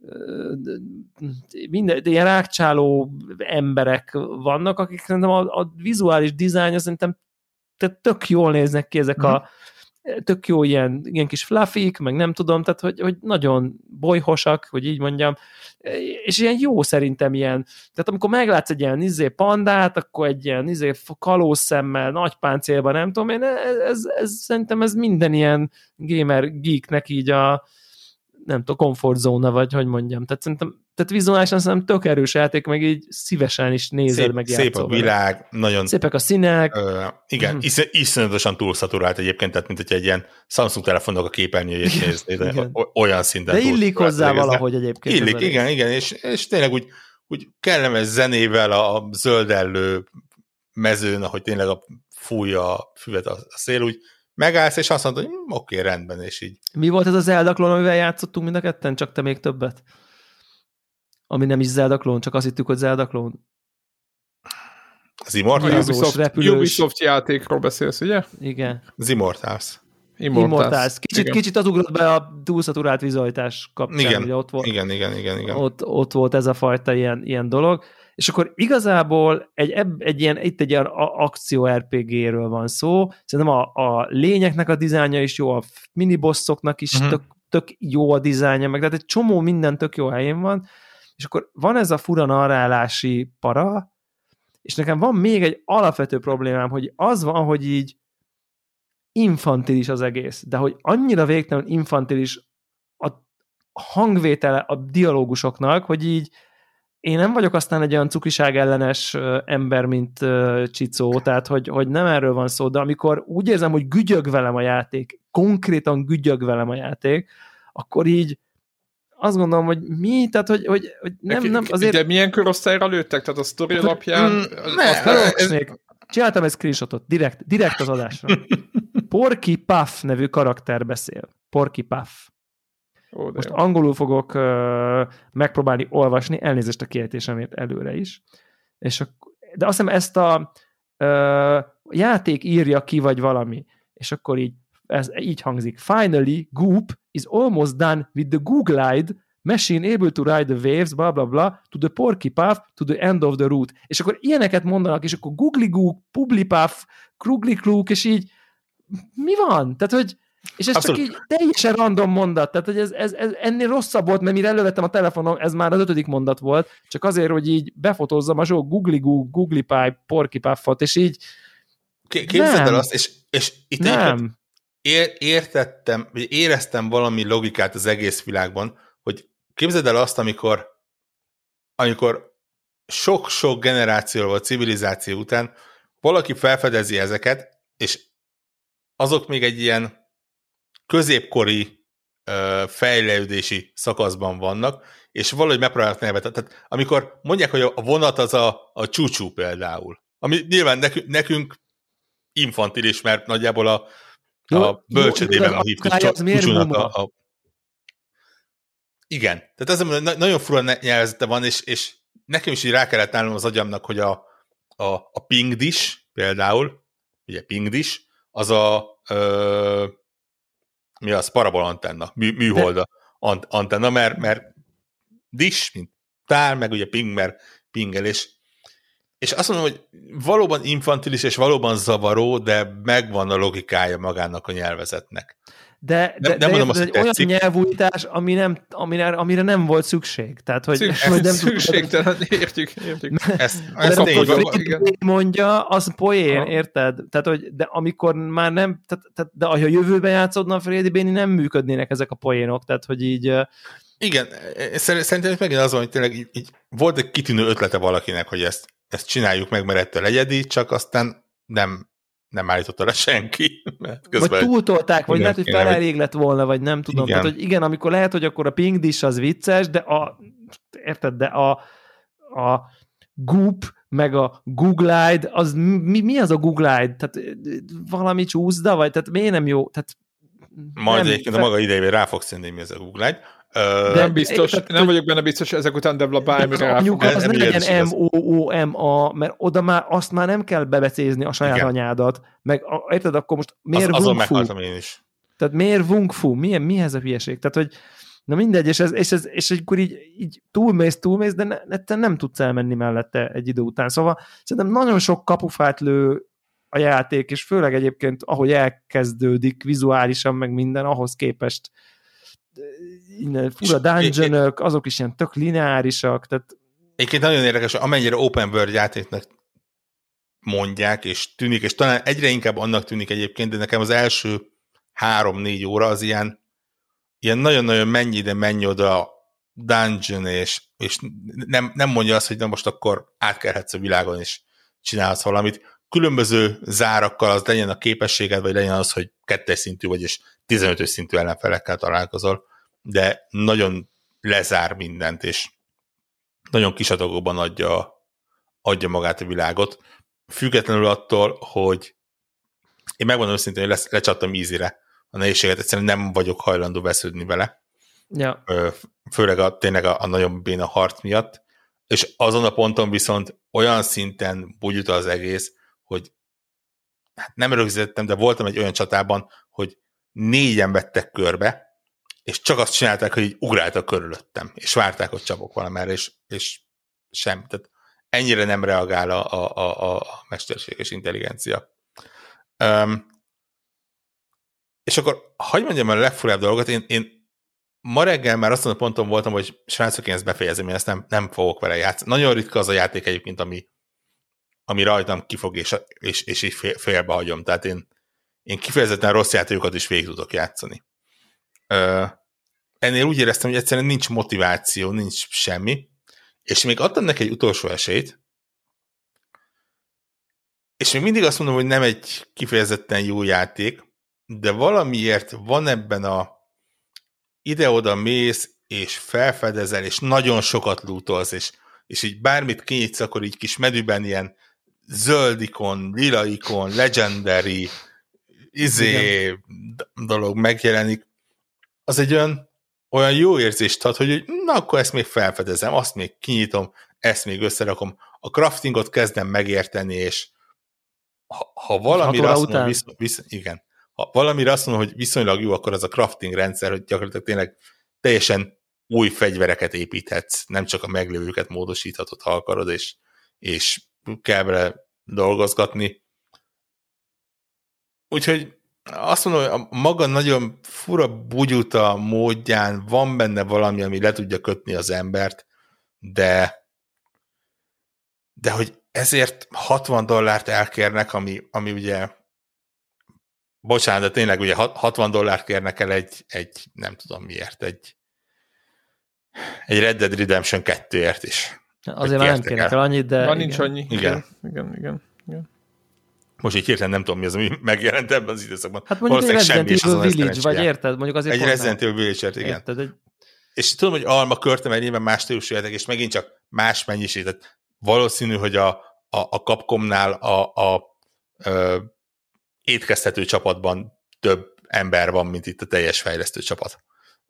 Speaker 2: ilyen rákcsáló emberek vannak, akik szerintem a vizuális dizájn szerintem tök jól néznek ki ezek a tök jó ilyen kis fluffik, meg nem tudom, tehát hogy nagyon bolyhosak, hogy így mondjam, és ilyen jó szerintem ilyen, tehát amikor meglátsz egy ilyen pandát, akkor egy ilyen kalózszemmel, nagy páncélban, nem tudom én, szerintem ez minden ilyen gamer geeknek így a nem tudom, komfortzóna, vagy hogy mondjam, tehát vizuálisan szerintem tök erős játék, meg így szívesen is nézed, meg játszol.
Speaker 4: Szép a világ, nagyon...
Speaker 2: Szépek a színek.
Speaker 4: Igen, iszonyatosan túlszaturált egyébként, tehát mint hogy egy ilyen Samsung telefonnak a képernyőjét nézni, olyan szinten
Speaker 2: de illik hozzá valahogy egyébként.
Speaker 4: Illik, igen, és tényleg úgy kellemes zenével a zöldellő mezőn, ahogy tényleg fújja a füvet a szél, úgy megállsz, és azt mondod, hogy oké, rendben, és így.
Speaker 2: Mi volt ez a Zelda klón, amivel játszottunk mind a ketten, csak te még többet? Ami nem is Zelda klón, csak azt hittük, hogy Zelda klón.
Speaker 4: Az Immortals?
Speaker 1: Ubisoft játékról beszélsz, ugye?
Speaker 2: Igen.
Speaker 4: Az Immortals.
Speaker 2: Kicsit az ugrott be a túlszaturált vizualitás kapcsán.
Speaker 4: Igen,
Speaker 2: ugye ott volt,
Speaker 4: igen.
Speaker 2: Ott volt ez a fajta ilyen dolog. És akkor igazából egy ilyen akció RPG-ről van szó. Szerintem a lényeknek a dizájnja is jó, a minibosszoknak is tök jó a dizájnja, meg tehát egy csomó minden tök jó helyén van, és akkor van ez a fura narrálási para, és nekem van még egy alapvető problémám, hogy az van, hogy így infantilis az egész, de hogy annyira végtelenül infantilis a hangvétele a dialógusoknak, hogy így én nem vagyok aztán egy olyan cukiság ellenes ember, mint Csicó, tehát hogy nem erről van szó, de amikor úgy érzem, hogy gügyög velem a játék, konkrétan gügyög velem a játék, akkor így azt gondolom, hogy mi, tehát hogy nem azért...
Speaker 1: De milyen korosztályra lőttek? Tehát a sztori alapján...
Speaker 2: Csináltam egy screenshotot, direkt az adásra. Porky Puff nevű karakter beszél. Porky Puff. Most angolul fogok megpróbálni olvasni, elnézést a kiejtésemért előre is. De azt hiszem ezt a játék írja ki, vagy valami. És akkor így hangzik. Finally, Goop is almost done with the Googlide machine able to ride the waves, bla bla bla, to the Porky Puff, to the end of the route. És akkor ilyeneket mondanak, és akkor Googly Gook, Publi Puff, Krugli Kluk, és így mi van? Tehát, hogy és ez Abszolút. Csak így teljesen random mondat, tehát hogy ez ennél rosszabb volt, mert mire elővettem a telefonom, ez már az 5. mondat volt, csak azért, hogy így befotózzam a zsó Googly Gook, Googly Pie, Porky Puffot, és így
Speaker 4: képzeld el azt, és itt nem. Éreztem valami logikát az egész világban, hogy képzeld el azt, amikor sok-sok generációval a civilizáció után valaki felfedezi ezeket, és azok még egy ilyen középkori fejlődési szakaszban vannak, és valahogy megpróbálnak nevet. Tehát amikor mondják, hogy a vonat az a csúcsú például, ami nyilván nekünk infantilis, mert nagyjából a bölcsödében hívtuk csúcsúnak a... Igen. Tehát ez nagyon fura nyelvezete van, és nekem is így rá kellett állnom az agyamnak, hogy a pingdis például, ugye pingdis, az mi az? Parabol antenna, műhold antenna, mert dish, mint tár, meg ugye ping, mert pingelés. És azt mondom, hogy valóban infantilis és valóban zavaró, de megvan a logikája magának a nyelvezetnek.
Speaker 2: De mondom, azt, egy olyan nyelvújítás, amire nem volt szükség. Tehát, hogy
Speaker 1: szükségtelen, értjük.
Speaker 4: Ez
Speaker 2: mondja, az poén, érted? Tehát, de amikor már nem, de ha jövőben játszódna a Freddy Béni, nem működnének ezek a poénok, tehát, hogy így...
Speaker 4: Igen, szerintem megint az van, hogy tényleg így volt egy kitűnő ötlete valakinek, hogy ezt csináljuk meg, mert ettől egyedi, csak aztán nem állította le senki.
Speaker 2: Vagy túltolták, vagy lehet, hogy felelég lett volna, vagy nem tudom. Igen. Tehát, hogy igen, amikor lehet, hogy akkor a Ping Dish az vicces, de érted, de a Goop, meg a Googlide, az mi az a Googlide? Tehát valami csúszda, vagy tehát miért nem jó? Tehát
Speaker 4: majd egyébként a maga idejében rá fogsz jönni, mi az a Googlide.
Speaker 1: Nem biztos, nem vagyok benne biztos, hogy ezek után Debla bármire rá
Speaker 2: fog. Az ne legyen M-O-O-M-A, mert oda már azt már nem kell bebecézni a saját anyádat. Meg érted, akkor most miért
Speaker 4: azon meghaltam én is.
Speaker 2: Tehát miért Wung Fu? Mi ez a hülyeség? Tehát, hogy na mindegy, és akkor így túlmész, de nem tudsz elmenni mellette egy idő után. Szóval szerintem nagyon sok kapufát lő a játék, és főleg egyébként, ahogy elkezdődik vizuálisan, meg minden, ahhoz képest innen fura dungeonök, azok is ilyen tök lineárisak. Tehát...
Speaker 4: Egyébként nagyon érdekes, amennyire open world játéknak mondják, és tűnik, és talán egyre inkább annak tűnik egyébként, de nekem az első 3-4 óra az ilyen nagyon-nagyon menj ide, menj oda dungeon, és nem mondja azt, hogy na most akkor átkelhetsz a világon, és csinálsz valamit. Különböző zárakkal az legyen a képességed, vagy legyen az, hogy 2-es szintű vagy, és 15-ös szintű ellenfelekkel találkozol, de nagyon lezár mindent, és nagyon kis adagokban adja magát a világot. Függetlenül attól, hogy én megmondom őszintén, hogy lecsattam easy-re a nehézséget, egyszerűen nem vagyok hajlandó vesződni vele.
Speaker 2: Ja.
Speaker 4: Főleg tényleg a nagyon béna harc miatt, és azon a ponton viszont olyan szinten bugyuta az egész, hogy hát nem rögzítettem, de voltam egy olyan csatában, hogy 4-en vettek körbe, és csak azt csinálták, hogy így ugráltak körülöttem, és várták, hogy csapok valamerre, és sem. Tehát ennyire nem reagál a mesterséges intelligencia. És akkor hagyj mondjam el a legfurább dolgot, én ma reggel már azt a ponton voltam, hogy srácok, én ezt befejezem, én ezt nem fogok vele játszani. Nagyon ritka az a játék egyébként, ami rajtam kifog, és így félbehagyom. Tehát én kifejezetten rossz játékokat is végig tudok játszani. Ennél úgy éreztem, hogy egyszerűen nincs motiváció, nincs semmi, és még adtam neki egy utolsó esélyt, és még mindig azt mondom, hogy nem egy kifejezetten jó játék, de valamiért van ebben a ide-oda mész, és felfedezel, és nagyon sokat lootolsz, és így bármit kinyitsz, akkor így kis menüben ilyen zöld ikon, lila ikon, legendary dolog megjelenik, az egy olyan jó érzést ad, hogy na, akkor ezt még felfedezem, azt még kinyitom, ezt még összerakom, a craftingot kezdem megérteni, és ha valamire azt mondom, igen, ha valamire azt mondom, hogy viszonylag jó, akkor az a crafting rendszer, hogy gyakorlatilag tényleg teljesen új fegyvereket építhetsz, nem csak a meglévőket módosíthatod, ha akarod, és kell vele dolgozgatni. Úgyhogy azt mondom, hogy a maga nagyon fura bugyuta módján van benne valami, ami le tudja kötni az embert, de hogy ezért $60 elkérnek, ami ugye bocsánat, de tényleg ugye $60 kérnek el egy nem tudom miért, egy Red Dead Redemption 2-ért is.
Speaker 2: Azért már nem kérnek el annyit, de...
Speaker 1: Van nincs annyi.
Speaker 4: Igen. Most így hirtelen nem tudom, mi az, ami megjelent ebben az időszakban.
Speaker 2: Hát mondjuk egy Resident Evil Village, vagy érted? Mondjuk azért
Speaker 4: egy Resident Evil Village-ért, igen. Érted, és tudom, hogy Alma Körte, mert nyilván más stílusú játék, és megint csak más mennyiség. Tehát valószínű, hogy a Capcomnál a étkeztető csapatban több ember van, mint itt a teljes fejlesztő csapat.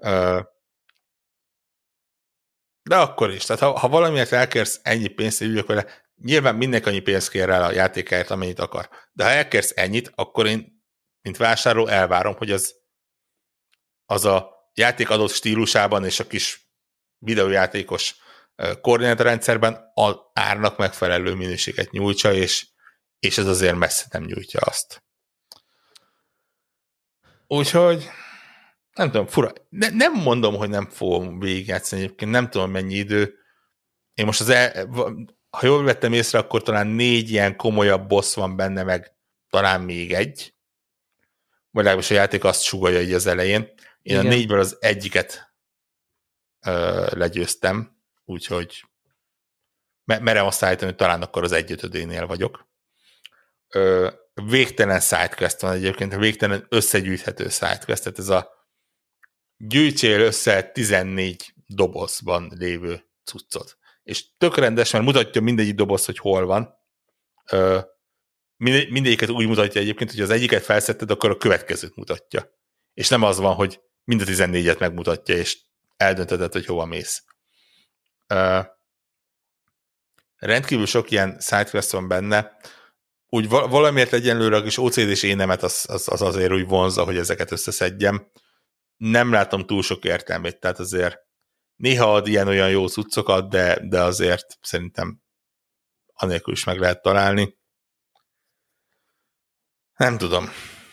Speaker 4: De akkor is. Tehát ha valamiért elkérsz ennyi pénzt, üljök vele, nyilván mindenki annyi pénzt kér el a játékáért, amennyit akar. De ha elkérsz ennyit, akkor én, mint vásárló, elvárom, hogy az a játék adott stílusában és a kis videójátékos koordinátorrendszerben az árnak megfelelő minőséget nyújtsa, és ez azért messze nem nyújtja azt. Úgyhogy nem tudom, fura. Nem mondom, hogy nem fogom végigjátszani egyébként, nem tudom mennyi idő. Én most ha jól vettem észre, akkor talán 4 ilyen komolyabb boss van benne, meg talán még egy. Vagy legalábbis a játék azt sugallja így az elején. Én igen. A 4-ből az egyiket legyőztem, úgyhogy merem azt állítani, hogy talán akkor az 1/5-nél vagyok. Végtelen sidequest van egyébként, végtelen összegyűjthető sidequest, tehát ez a gyűjtsél össze 14 dobozban lévő cuccot. És tök rendes, mert mutatja mindegyik doboz, hogy hol van. Mindegyiket úgy mutatja egyébként, hogy az egyiket felszedted, akkor a következőt mutatja. És nem az van, hogy mind a 14-et megmutatja, és eldöntöd, hogy hova mész. Rendkívül sok ilyen sidequest van benne, úgy valamiért egyenlőre a kis OCD-s énemet az azért úgy vonzza, hogy ezeket összeszedjem. Nem látom túl sok értelmét, tehát azért néha ad ilyen-olyan jó cuccokat, de azért szerintem anélkül is meg lehet találni. Nem tudom.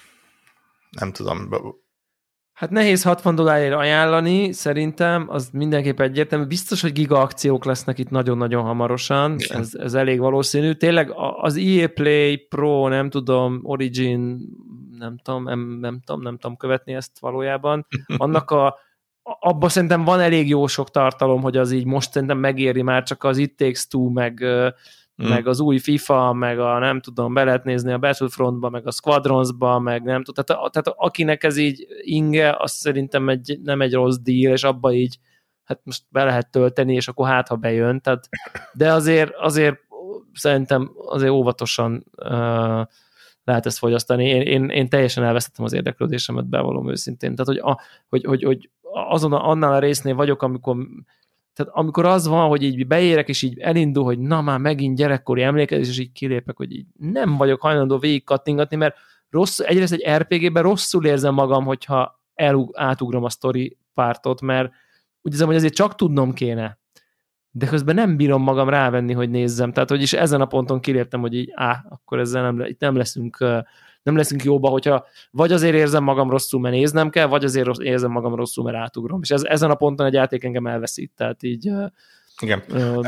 Speaker 2: Hát nehéz $60 ajánlani, szerintem, az mindenképp egyértelmű. Biztos, hogy giga akciók lesznek itt nagyon-nagyon hamarosan, ez elég valószínű. Tényleg az EA Play Pro, nem tudom, Origin, nem tudom követni ezt valójában. Annak abban szerintem van elég jó sok tartalom, hogy az így most szerintem megéri már csak az It Takes Two, meg az új FIFA, meg nem tudom, be lehet nézni a Battlefrontba, meg a Squadronsba, meg nem tudom, tehát akinek ez így inge, az szerintem nem egy rossz deal, és abba így hát most be lehet tölteni, és akkor hát, ha bejön, tehát, de azért szerintem azért óvatosan lehet ezt fogyasztani. Én teljesen elvesztettem az érdeklődésemet, bevallom őszintén. Tehát, hogy annál a résznél vagyok, amikor az van, hogy így beérek, és így elindul, hogy na már megint gyerekkori emlékezés, és így kilépek, hogy így nem vagyok hajlandó végig kattingatni, mert egyrészt egy RPG-ben rosszul érzem magam, hogyha átugrom a sztori pártot, mert úgy érzem, hogy azért csak tudnom kéne, de közben nem bírom magam rávenni, hogy nézzem. Tehát, hogy is ezen a ponton kiléptem, hogy így akkor ezzel nem leszünk jóba, hogyha vagy azért érzem magam rosszul, mert néznem kell, vagy azért érzem magam rosszul, mert átugrom. És ezen a ponton egy játék engem elveszít. Tehát így...
Speaker 4: Igen.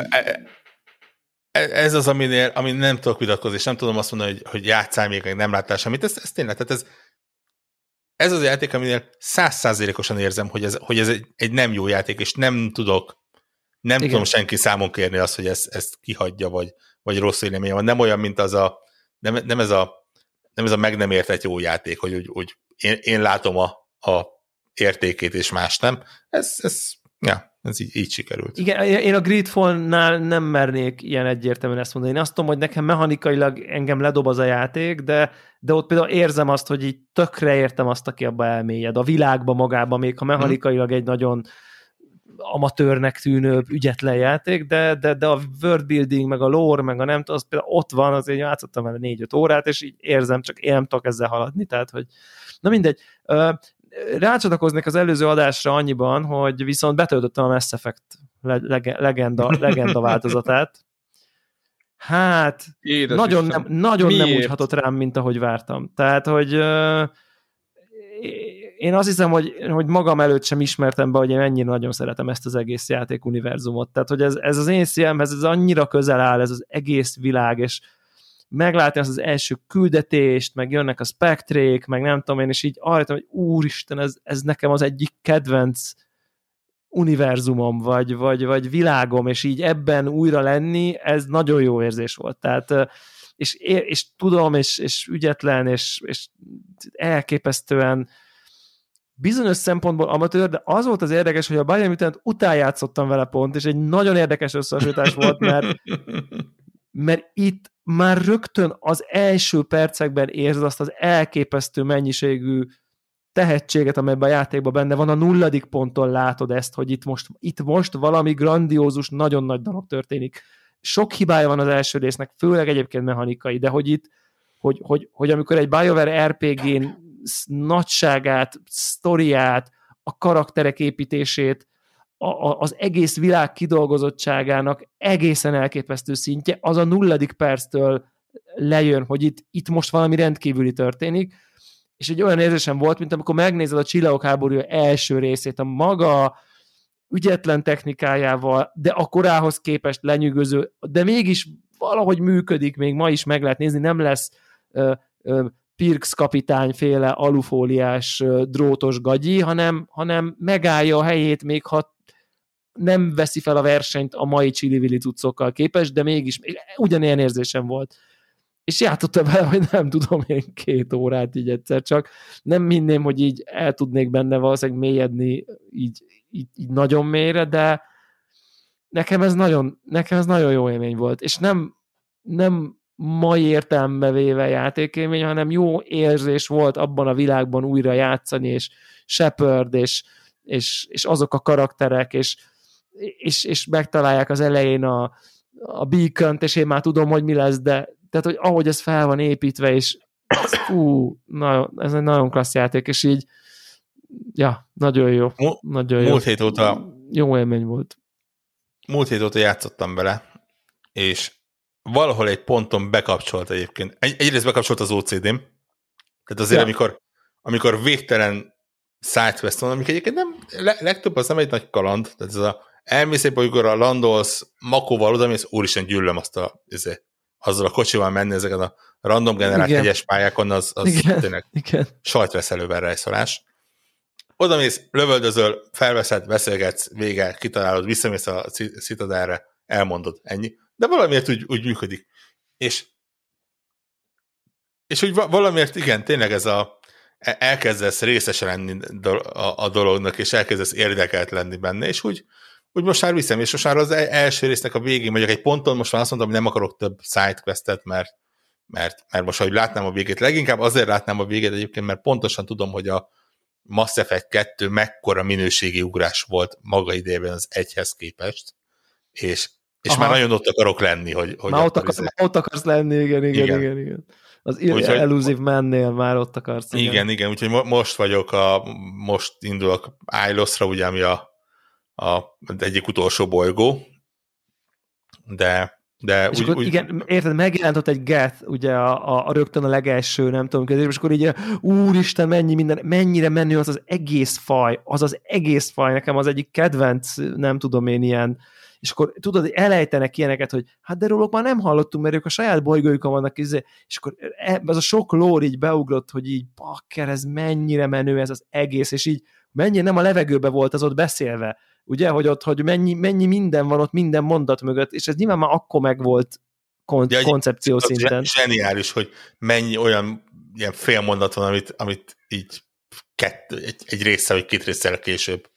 Speaker 4: Ez az, amin nem tudok vitatkozni, és nem tudom azt mondani, hogy játsszál még, nem láttál semmit. Ez tényleg, tehát ez az játék, aminél 100%-osan érzem, hogy ez egy nem jó játék, és nem tudom senki számon kérni azt, hogy ezt kihagyja, vagy rossz élménye van. Nem olyan, mint nem ez a meg nem értett jó játék, hogy úgy én látom a értékét, és más nem. Ez Ja, ez így sikerült.
Speaker 2: Igen, én a Gridfall-nál nem mernék ilyen egyértelműen ezt mondani. Én azt tudom, hogy nekem mechanikailag engem ledob az a játék, de ott például érzem azt, hogy így tökre értem azt, aki abba elmélyed. A világba magába, még ha mechanikailag egy nagyon amatőrnek tűnő ügyetlen játék, de a worldbuilding, meg a lore, meg a nem tudom, az például ott van, azért játszottam vele 4-5 órát, és így érzem, csak én nem tudok ezzel haladni, tehát, hogy na mindegy. Rácsatlakoznék az előző adásra annyiban, hogy viszont betöltöttem a Mass Effect legenda változatát. Hát, nagyon nem úgy hatott rám, mint ahogy vártam. Tehát, hogy én azt hiszem, hogy magam előtt sem ismertem be, hogy én ennyire nagyon szeretem ezt az egész játékuniverzumot. Tehát, hogy ez az én szívemhez, ez annyira közel áll, ez az egész világ, és meglátni azt az első küldetést, meg jönnek a spektrék, meg nem tudom én, és így arra, hogy úristen, ez nekem az egyik kedvenc univerzumom, vagy világom, és így ebben újra lenni, ez nagyon jó érzés volt. Tehát, és tudom, és ügyetlen, és elképesztően bizonyos szempontból amatőr, de az volt az érdekes, hogy a Biomutant után játszottam vele pont, és egy nagyon érdekes összehasonlítás volt, mert itt már rögtön az első percekben érzed azt az elképesztő mennyiségű tehetséget, amelyben a játékban benne van, a 0. ponton látod ezt, hogy itt most valami grandiózus, nagyon nagy dolog történik. Sok hibája van az első résznek, főleg egyébként mechanikai, de hogy itt, hogy amikor egy BioWare RPG-n nagyságát, sztoriát, a karakterek építését, az egész világ kidolgozottságának egészen elképesztő szintje, az a 0. perctől lejön, hogy itt most valami rendkívüli történik, és egy olyan érzésem volt, mint amikor megnézed a Csillagok háborúja első részét, a maga ügyetlen technikájával, de a korához képest lenyűgöző, de mégis valahogy működik, még ma is meg lehet nézni, nem lesz Pirx kapitányféle alufóliás drótos gagyi, hanem megállja a helyét, még ha nem veszi fel a versenyt a mai csili-vili cuccokkal képest, de mégis ugyanilyen érzésem volt. És játszottam vele, hogy nem tudom, én 2 órát így egyszer csak. Nem hinném, hogy így el tudnék benne valószínűleg mélyedni így nagyon mélyre, de nekem ez nagyon jó élmény volt. És nem mai értelembe véve játékélmény, hanem jó érzés volt abban a világban újra játszani, és Shepard, és azok a karakterek, és megtalálják az elején a Beacon-t, és én már tudom, hogy mi lesz, de tehát, hogy ahogy ez fel van építve, és ez egy nagyon klassz játék, és így nagyon jó.
Speaker 4: Múlt hét óta
Speaker 2: jó élmény volt.
Speaker 4: Múlt hét óta játszottam bele, és valahol egy ponton bekapcsolt egyébként. Egyrészt bekapcsolt az OCD-m, tehát azért, amikor végtelen sidequest van, amik egyébként nem, legtöbb az nem egy nagy kaland, tehát ez elmész épp, amikor a landolsz makóval odamész, úristen gyűlöm azt azzal a kocsival menni ezeken a random generált hegyes pályákon, az tényleg sajtreszelőben rejszolás. Odamész, lövöldözöl, felveszed, beszélgetsz, vége, kitalálod, visszamész a Citadelre, elmondod, ennyi. De valamiért úgy működik. És úgy valamiért, igen, tényleg ez elkezdesz részes lenni a dolognak, és elkezdesz érdekelt lenni benne, és úgy most már viszem, és most már az első résznek a végén vagyok egy ponton, most már azt mondom, hogy nem akarok több sidequestet, mert most, ahogy látnám a végét, leginkább azért látnám a végét egyébként, mert pontosan tudom, hogy a Mass Effect 2 mekkora minőségi ugrás volt maga idejében az 1-hez képest, és már nagyon ott akarok lenni, hogy
Speaker 2: ott akarsz lenni, igen. Az Elusive Man-nél már ott akarsz.
Speaker 4: Igen, úgyhogy most indulok Ilos-ra, ugye, ami egyik utolsó bolygó, de
Speaker 2: és úgy, igen, érted, megjelent ott egy Geth, ugye a rögtön a legelső, nem tudom, és akkor így, úristen, mennyire menő az egész faj, nekem az egyik kedvenc, nem tudom én ilyen, és akkor tudod, elejtenek ilyeneket, hogy hát de róluk már nem hallottunk, mert ők a saját bolygójukon vannak, és akkor ez a sok lore így beugrott, hogy így bakker, ez mennyire menő ez az egész, és így mennyire nem a levegőbe volt az ott beszélve, ugye, hogy mennyi minden van ott, minden mondat mögött, és ez nyilván már akkor meg volt koncepció szinten.
Speaker 4: Zseniális, hogy mennyi olyan ilyen félmondat van, amit így egy résszel, vagy 2 résszel később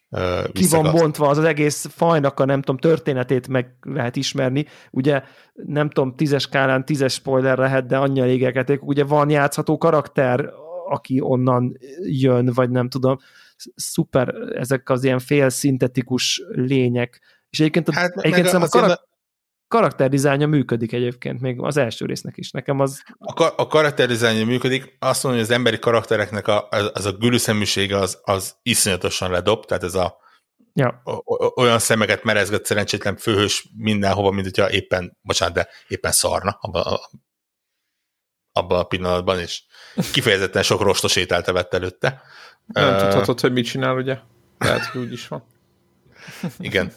Speaker 2: ki van bontva, az egész fajnak a nem tudom, történetét meg lehet ismerni. Ugye nem tudom, 10-es skálán 10-es spoiler lehet, de annyira égelkedték. Ugye van játszható karakter, aki onnan jön, vagy nem tudom. Szuper, ezek az ilyen félszintetikus lények. És egyébként, egyébként a karakterdizájnja működik egyébként, még az első résznek is. Nekem az...
Speaker 4: A karakterdizájnja működik, azt mondom, hogy az emberi karaktereknek az a gülüszeműsége az iszonyatosan ledob, tehát ez olyan szemeket merezget szerencsétlen főhős mindenhova, mint hogyha éppen szarna abban a pillanatban, és kifejezetten sok rostos ételt evett előtte.
Speaker 1: Nem tudhatod, hogy mit csinál, ugye? Lehet, hogy úgy is van.
Speaker 4: Igen.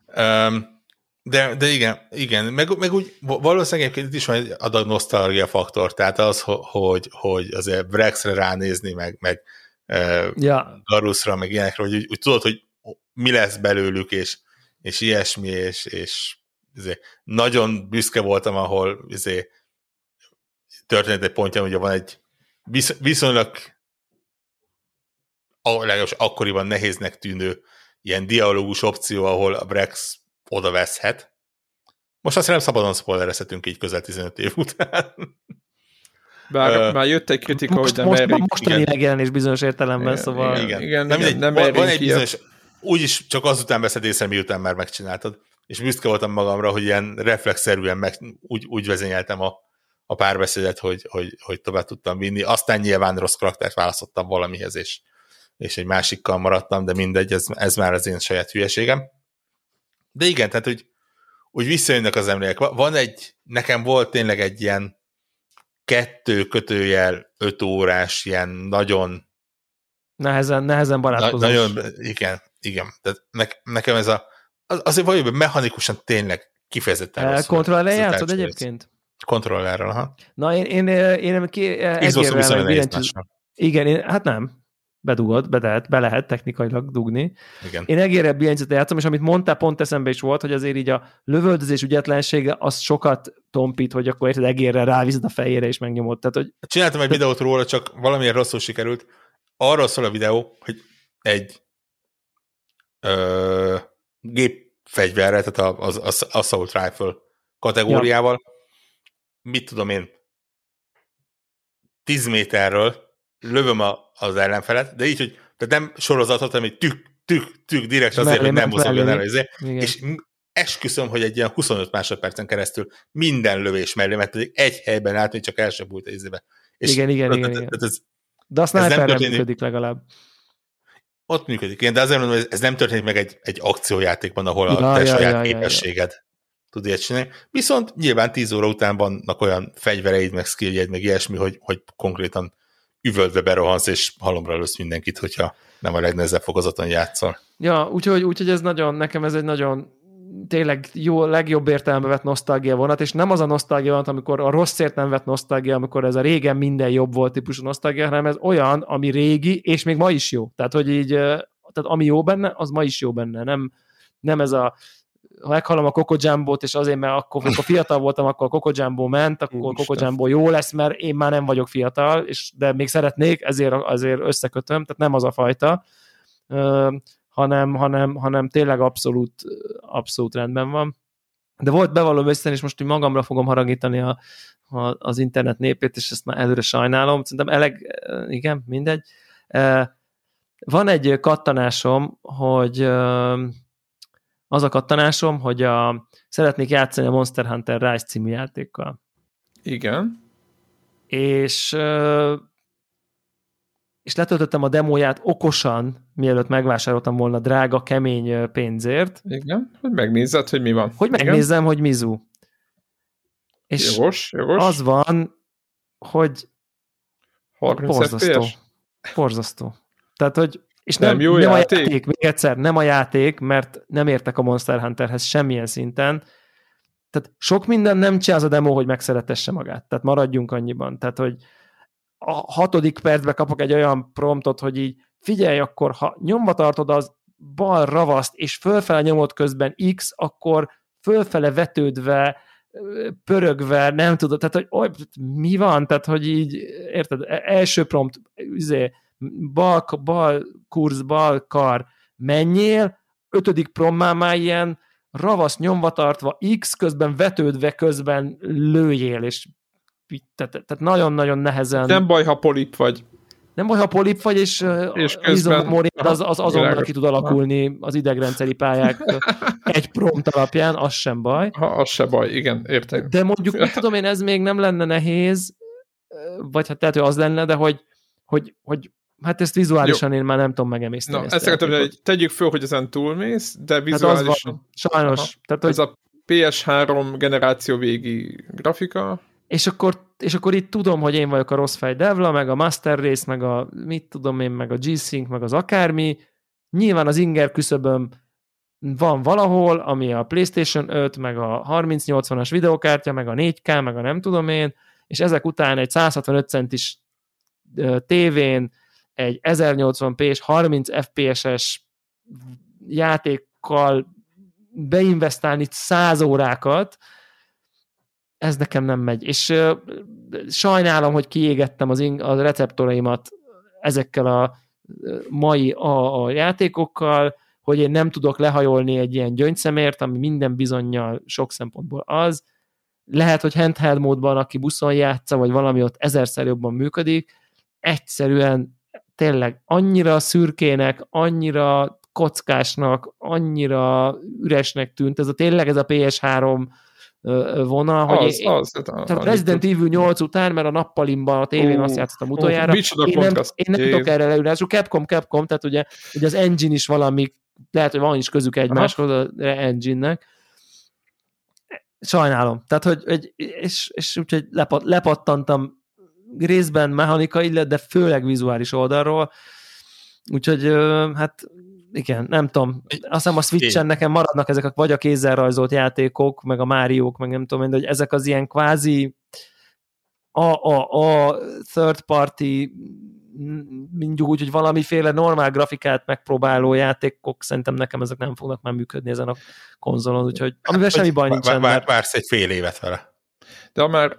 Speaker 4: De igen. Meg úgy valószínűleg itt is van egy adag nosztalgia faktor, tehát az, hogy azért Brexre ránézni, meg Garusra, meg ilyenekre, hogy úgy tudod, hogy mi lesz belőlük, és ilyesmi, és nagyon büszke voltam, ahol történt egy pontja, hogy van egy viszonylag legalábbis akkoriban nehéznek tűnő ilyen dialógus opció, ahol a Brex oda veszhet. Most azt nem szabadon spoilerezhetünk így közel 15 év után.
Speaker 1: Bár már jött egy kritika, hogy nem
Speaker 2: erik. Mostani megjelenés bizonyos értelemben, szóval...
Speaker 4: Igen. Nem van egy bizonyos, úgyis csak azután veszed észre, miután már megcsináltad. És büszke voltam magamra, hogy ilyen reflexzerűen úgy vezényeltem a párbeszédet, hogy tovább tudtam vinni. Aztán nyilván rossz karaktert választottam valamihez, és egy másikkal maradtam, de mindegy, ez már az én saját hülyeségem. De igen, tehát úgy visszajönnek az emlékek. Nekem volt tényleg egy ilyen 2-5 órás, ilyen nagyon
Speaker 2: nehezen barátkozós.
Speaker 4: Nagyon, igen. Tehát nekem ez azért valójában mechanikusan tényleg kifejezetten rossz.
Speaker 2: Kontrollerrel játszod egyébként?
Speaker 4: Kontrollerrel, aha.
Speaker 2: Na, én
Speaker 4: Xbox 24
Speaker 2: igen, hát nem. Bedugod, be lehet technikailag dugni.
Speaker 4: Igen.
Speaker 2: Én egérrel billentyűzetet játszom, és amit mondtál, pont eszembe is volt, hogy azért így a lövöldözés ügyetlensége az sokat tompít, hogy akkor érted, egérrel ráviszed a fejére, és megnyomod. Tehát, hogy...
Speaker 4: Csináltam egy videót róla, csak valamiért rosszul sikerült. Arról szól a videó, hogy egy gépfegyverre, tehát az Assault Rifle kategóriával, mit tudom én, 10 méterről lövöm az ellenfelet, de így, hogy tehát nem sorozatot, hanem egy tük, direkt azért, hogy nem mozogjon el. És esküszöm, hogy egy ilyen 25 másodpercen keresztül minden lövés mellé, mert egy helyben állt, még csak el sem bújt az izébe.
Speaker 2: Igen. De a sniperrel működik legalább.
Speaker 4: Ott működik, igen, de azért mondom, hogy ez nem történik meg egy akciójátékban, ahol a te saját képességed tud ilyet csinálni. Viszont nyilván 10 óra után vannak olyan fegyvereid, meg skilljeid, meg ilyesmi, hogy konkrétan üvöltve berohansz, és halomra lősz mindenkit, hogyha nem a legnehezebb fokozaton játszol.
Speaker 2: Ja, úgyhogy ez nagyon, nekem ez egy nagyon tényleg jó, legjobb értelembe vett nosztalgia vonat, és nem az a nosztalgia vonat, amikor a rossz értelem vett nosztalgia, amikor ez a régen minden jobb volt típusú nosztalgia, hanem ez olyan, ami régi, és még ma is jó. Tehát, hogy így, tehát ami jó benne, az ma is jó benne. Nem ez a ha meghallom a Coco Jumbo-t, és azért, mert akkor fiatal voltam, akkor a Coco Jumbo ment, akkor Coco Jumbo jó lesz, mert én már nem vagyok fiatal, de még szeretnék, ezért összekötöm, tehát nem az a fajta, hanem tényleg abszolút rendben van. De volt bevallom összen, és most úgy magamra fogom haragítani az internet népét, és ezt már előre sajnálom. Szerintem igen, mindegy. Van egy kattanásom, hogy az a kattanásom, hogy szeretnék játszani a Monster Hunter Rise című játékkal.
Speaker 1: Igen.
Speaker 2: És letöltöttem a demóját okosan, mielőtt megvásároltam volna drága, kemény pénzért.
Speaker 1: Igen, hogy megnézzed, hogy mi van.
Speaker 2: Hogy megnézzem, hogy mizu. És
Speaker 1: jogos.
Speaker 2: Az van, hogy
Speaker 1: 30
Speaker 2: Borzasztó. Tehát, hogy és
Speaker 1: nem jó játék?
Speaker 2: Még egyszer, nem a játék, mert nem értek a Monster Hunterhez semmilyen szinten. Tehát sok minden nem csinál a demo, hogy megszeretesse magát. Tehát maradjunk annyiban. Tehát, hogy a 6. percben kapok egy olyan promptot, hogy így figyelj, akkor ha nyomva tartod az bal ravaszt, és fölfele nyomod közben X, akkor fölfele vetődve, pörögve, nem tudod, tehát, hogy mi van? Tehát, hogy így, érted, első prompt, bal kurz, bal kar, menjél, 5. prommán már ilyen ravasz nyomva tartva X, közben vetődve, közben lőjél, és tehát nagyon-nagyon nehezen...
Speaker 1: Nem baj, ha polip vagy.
Speaker 2: Nem baj, ha polip vagy, és
Speaker 1: közben...
Speaker 2: az azonnal ki tud alakulni az idegrendszeri pályák egy prompt alapján, az sem baj.
Speaker 1: Az sem baj, igen, értem.
Speaker 2: De mondjuk, mit tudom én, ez még nem lenne nehéz, vagy hát lehet, hogy az lenne, de hogy hát ezt vizuálisan jó. Én már nem tudom megemészteni.
Speaker 1: Ezt akartam, hogy tegyük föl, hogy ezen túlmész, de vizuálisan...
Speaker 2: Sajnos. Tehát,
Speaker 1: ez a PS3 generáció végi grafika.
Speaker 2: És akkor itt tudom, hogy én vagyok a rossz fej Devla, meg a Master Race, meg a mit tudom én, meg a G-Sync, meg az akármi. Nyilván az inger küszöböm van valahol, ami a PlayStation 5, meg a 3080-as videokártya, meg a 4K, meg a nem tudom én, és ezek után egy 165 centis tévén egy 1080p és 30 FPS-es játékkal beinvestálni 100 órákat, ez nekem nem megy. És sajnálom, hogy kiégettem a receptoraimat ezekkel a mai a játékokkal, hogy én nem tudok lehajolni egy ilyen gyöngyszemért, ami minden bizonnyal sok szempontból az. Lehet, hogy handheld módban, aki buszon játsza, vagy valami ott 1000-szer jobban működik, egyszerűen tényleg annyira szürkének, annyira kockásnak, annyira üresnek tűnt, tényleg ez a PS3 vonal, hogy tehát Resident Evil 8 után, mert a nappalimban a tévén azt játszottam utoljára, én nem tudok erre leülni. Ez a Capcom, tehát ugye az engine is valami, lehet, hogy van is közük egymáshoz az engine-nek. Sajnálom. Tehát, hogy és úgyhogy lepattantam részben mechanikai, de főleg vizuális oldalról. Úgyhogy hát igen, nem tudom. Azt hiszem a Switchen nekem maradnak ezek vagy a kézzel rajzolt játékok, meg a Máriók, meg nem tudom, de hogy ezek az ilyen kvázi a third party, mindjuk úgy, hogy valamiféle normál grafikát megpróbáló játékok, szerintem nekem ezek nem fognak már működni ezen a konzolon, úgyhogy amivel semmi baj nincsen.
Speaker 4: Vársz egy fél évet vele.
Speaker 1: De már...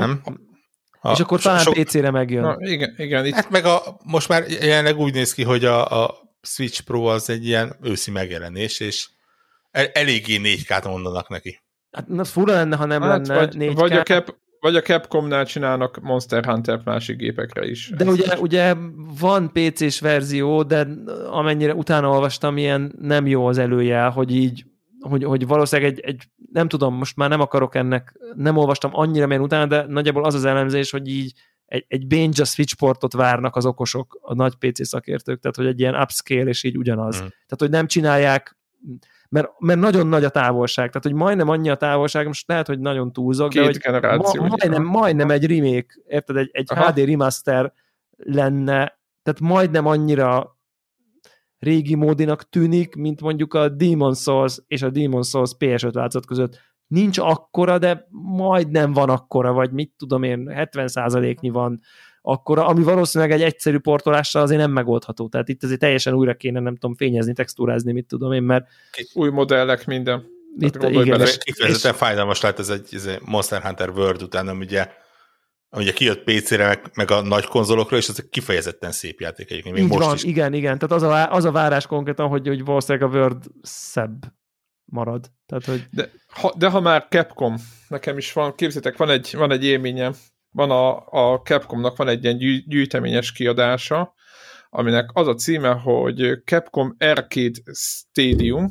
Speaker 2: És akkor talán PC-re megjön.
Speaker 1: Na, igen. Itt...
Speaker 4: Hát meg most már jelenleg úgy néz ki, hogy a Switch Pro az egy ilyen őszi megjelenés, és eléggé 4K-t mondanak neki.
Speaker 2: Hát az fura lenne, ha nem lenne 4K.
Speaker 1: Vagy a Capcomnál csinálnak Monster Hunter másik gépekre is.
Speaker 2: De ugye van PC-s verzió, de amennyire utána olvastam, ilyen nem jó az előjel, hogy így, hogy valószínűleg egy nem tudom, most már nem akarok ennek, nem olvastam annyira mélyen utána, de nagyjából az elemzés, hogy így egy Benja Switch portot várnak az okosok, a nagy PC szakértők, tehát hogy egy ilyen upscale, és így ugyanaz. Tehát, hogy nem csinálják, mert nagyon nagy a távolság, tehát, hogy majdnem annyi a távolság, most lehet, hogy nagyon túlzok, de hogy majdnem egy remake, érted, egy HD remaster lenne, tehát majdnem annyira régi módinak tűnik, mint mondjuk a Demon's Souls és a Demon's Souls PS5 változat között. Nincs akkora, de majdnem van akkora, vagy mit tudom én, 70%-nyi van akkora, ami valószínűleg egy egyszerű portolással azért nem megoldható. Tehát itt azért teljesen újra kéne, nem tudom, fényezni, textúrázni, mit tudom én, mert...
Speaker 1: Új modellek, minden.
Speaker 2: Itt, igen.
Speaker 4: Kifejezetten fájdalmas lett ez egy Monster Hunter World után, ami ugye kijött PC-re, meg a nagy konzolokra, és ez egy kifejezetten szép játék egyébként. Még
Speaker 2: így
Speaker 4: most
Speaker 2: van,
Speaker 4: is.
Speaker 2: igen. Tehát az a várás konkrétan, hogy valószínűleg a World szebb marad. Tehát, hogy...
Speaker 1: de ha már Capcom, nekem is van, képzeljétek, van egy élményem, van a Capcomnak van egy ilyen gyűjteményes kiadása, aminek az a címe, hogy Capcom Arcade Stadium,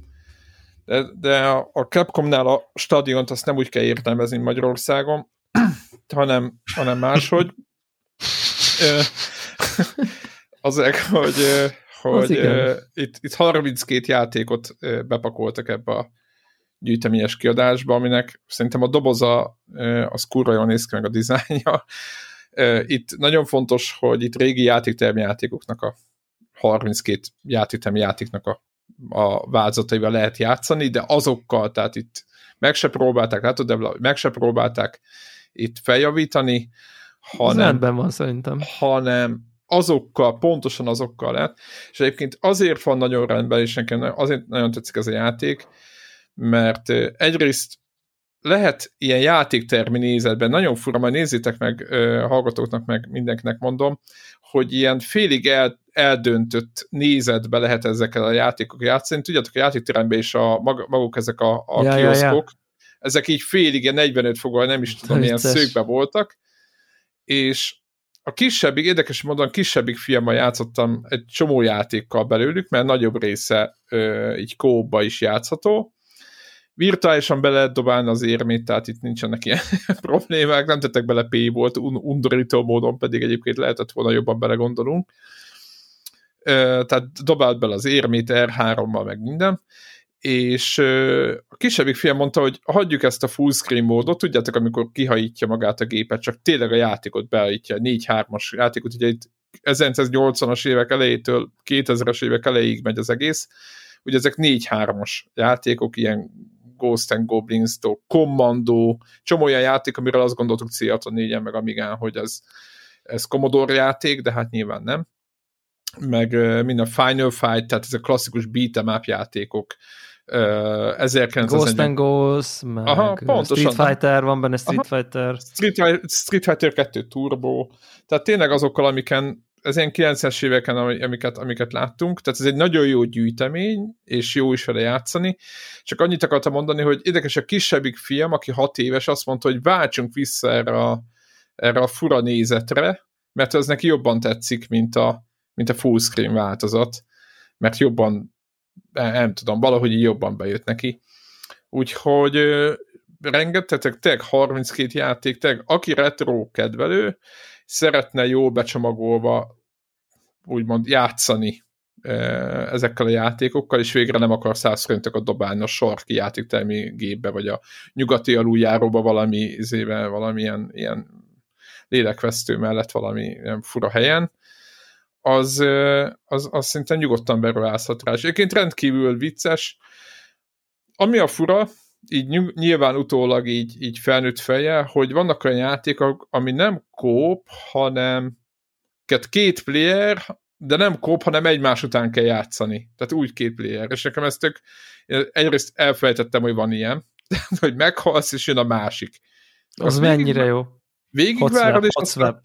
Speaker 1: de a Capcomnál a stadiont azt nem úgy kell értelmezni Magyarországon, hanem máshogy. Azért, hogy itt 32 játékot bepakoltak ebbe a gyűjteményes kiadásba, aminek szerintem a doboza az kurva jól néz ki, meg a dizájnja. Itt nagyon fontos, hogy itt régi játékoknak a 32 játéknak a változataival lehet játszani, de azokkal, tehát itt meg se próbálták, látod, de meg se próbálták itt feljavítani,
Speaker 2: rendben van szerintem.
Speaker 1: hanem pontosan azokkal lehet, és egyébként azért van nagyon rendben, és nekem azért nagyon tetszik ez a játék, mert egyrészt lehet ilyen játéktermi nézetben, nagyon fura, majd nézzétek meg hallgatóknak, meg mindenkinek mondom, hogy ilyen félig eldöntött nézetbe lehet ezekkel a játékok játszani. Tudjátok, a játékteremben is maguk ezek a kioszkok, ezek így félig, ilyen 45 fokkal, nem is tudom, milyen szögbe voltak, és a kisebbik, érdekes módon kisebbik fiammal játszottam egy csomó játékkal belőlük, mert nagyobb része így co-ba is játszható. Virtuálisan be lehet dobálni az érmét, tehát itt nincsenek ilyen problémák, nem tettek bele P-volt, undorító módon pedig egyébként lehetett volna jobban belegondolunk. Tehát dobált bele az érmét R3-mal, meg minden. És a kisebbik fiam mondta, hogy hagyjuk ezt a full screen módot, tudjátok, amikor kihajítja magát a gépet, csak tényleg a játékot behajítja, 4-3-as játékot, ugye itt 1980-as évek elejétől 2000-es évek elejéig megy az egész, ugye ezek 4-3-as játékok, ilyen Ghost and Goblins-tól, Commando, csomó olyan játék, amiről azt gondoltuk C64-en, meg Amigán, hogy ez Commodore játék, de hát nyilván nem. Meg minden Final Fight, tehát ez a klasszikus beat-em up játékok, 1940...
Speaker 2: Ghost and Ghost, meg Street Fighter, van benne Street Fighter.
Speaker 1: Street Fighter 2 Turbo, tehát tényleg azokkal, amiken ez ilyen 90-es éveken, amiket láttunk, tehát ez egy nagyon jó gyűjtemény, és jó is vele játszani, csak annyit akartam mondani, hogy érdekes, a kisebbik fiam, aki 6 éves, azt mondta, hogy váltsunk vissza erre a fura nézetre, mert ez neki jobban tetszik, mint a full screen változat, mert jobban, nem tudom, valahogy jobban bejött neki. Úgyhogy rengeteg 32 játék, aki retro kedvelő, szeretne jól becsomagolva úgymond játszani ezekkel a játékokkal, és végre nem akar 100 forintokat dobálni a sarki játéktermi gépbe, vagy a nyugati aluljáróba valamilyen ilyen lélekvesztő mellett valami ilyen fura helyen, az szinte nyugodtan beruházhat rá. És egyébként rendkívül vicces. Ami a fura, így nyilván utólag így felnőtt fejjel, hogy vannak olyan játékok, ami nem co-op, hanem két player, de nem co-op, hanem egymás után kell játszani. Tehát úgy két player. És nekem ezt egyrészt elfelejtettem, hogy van ilyen, hogy meghalsz, és jön a másik.
Speaker 2: Az mennyire jó.
Speaker 1: Végigvárod, és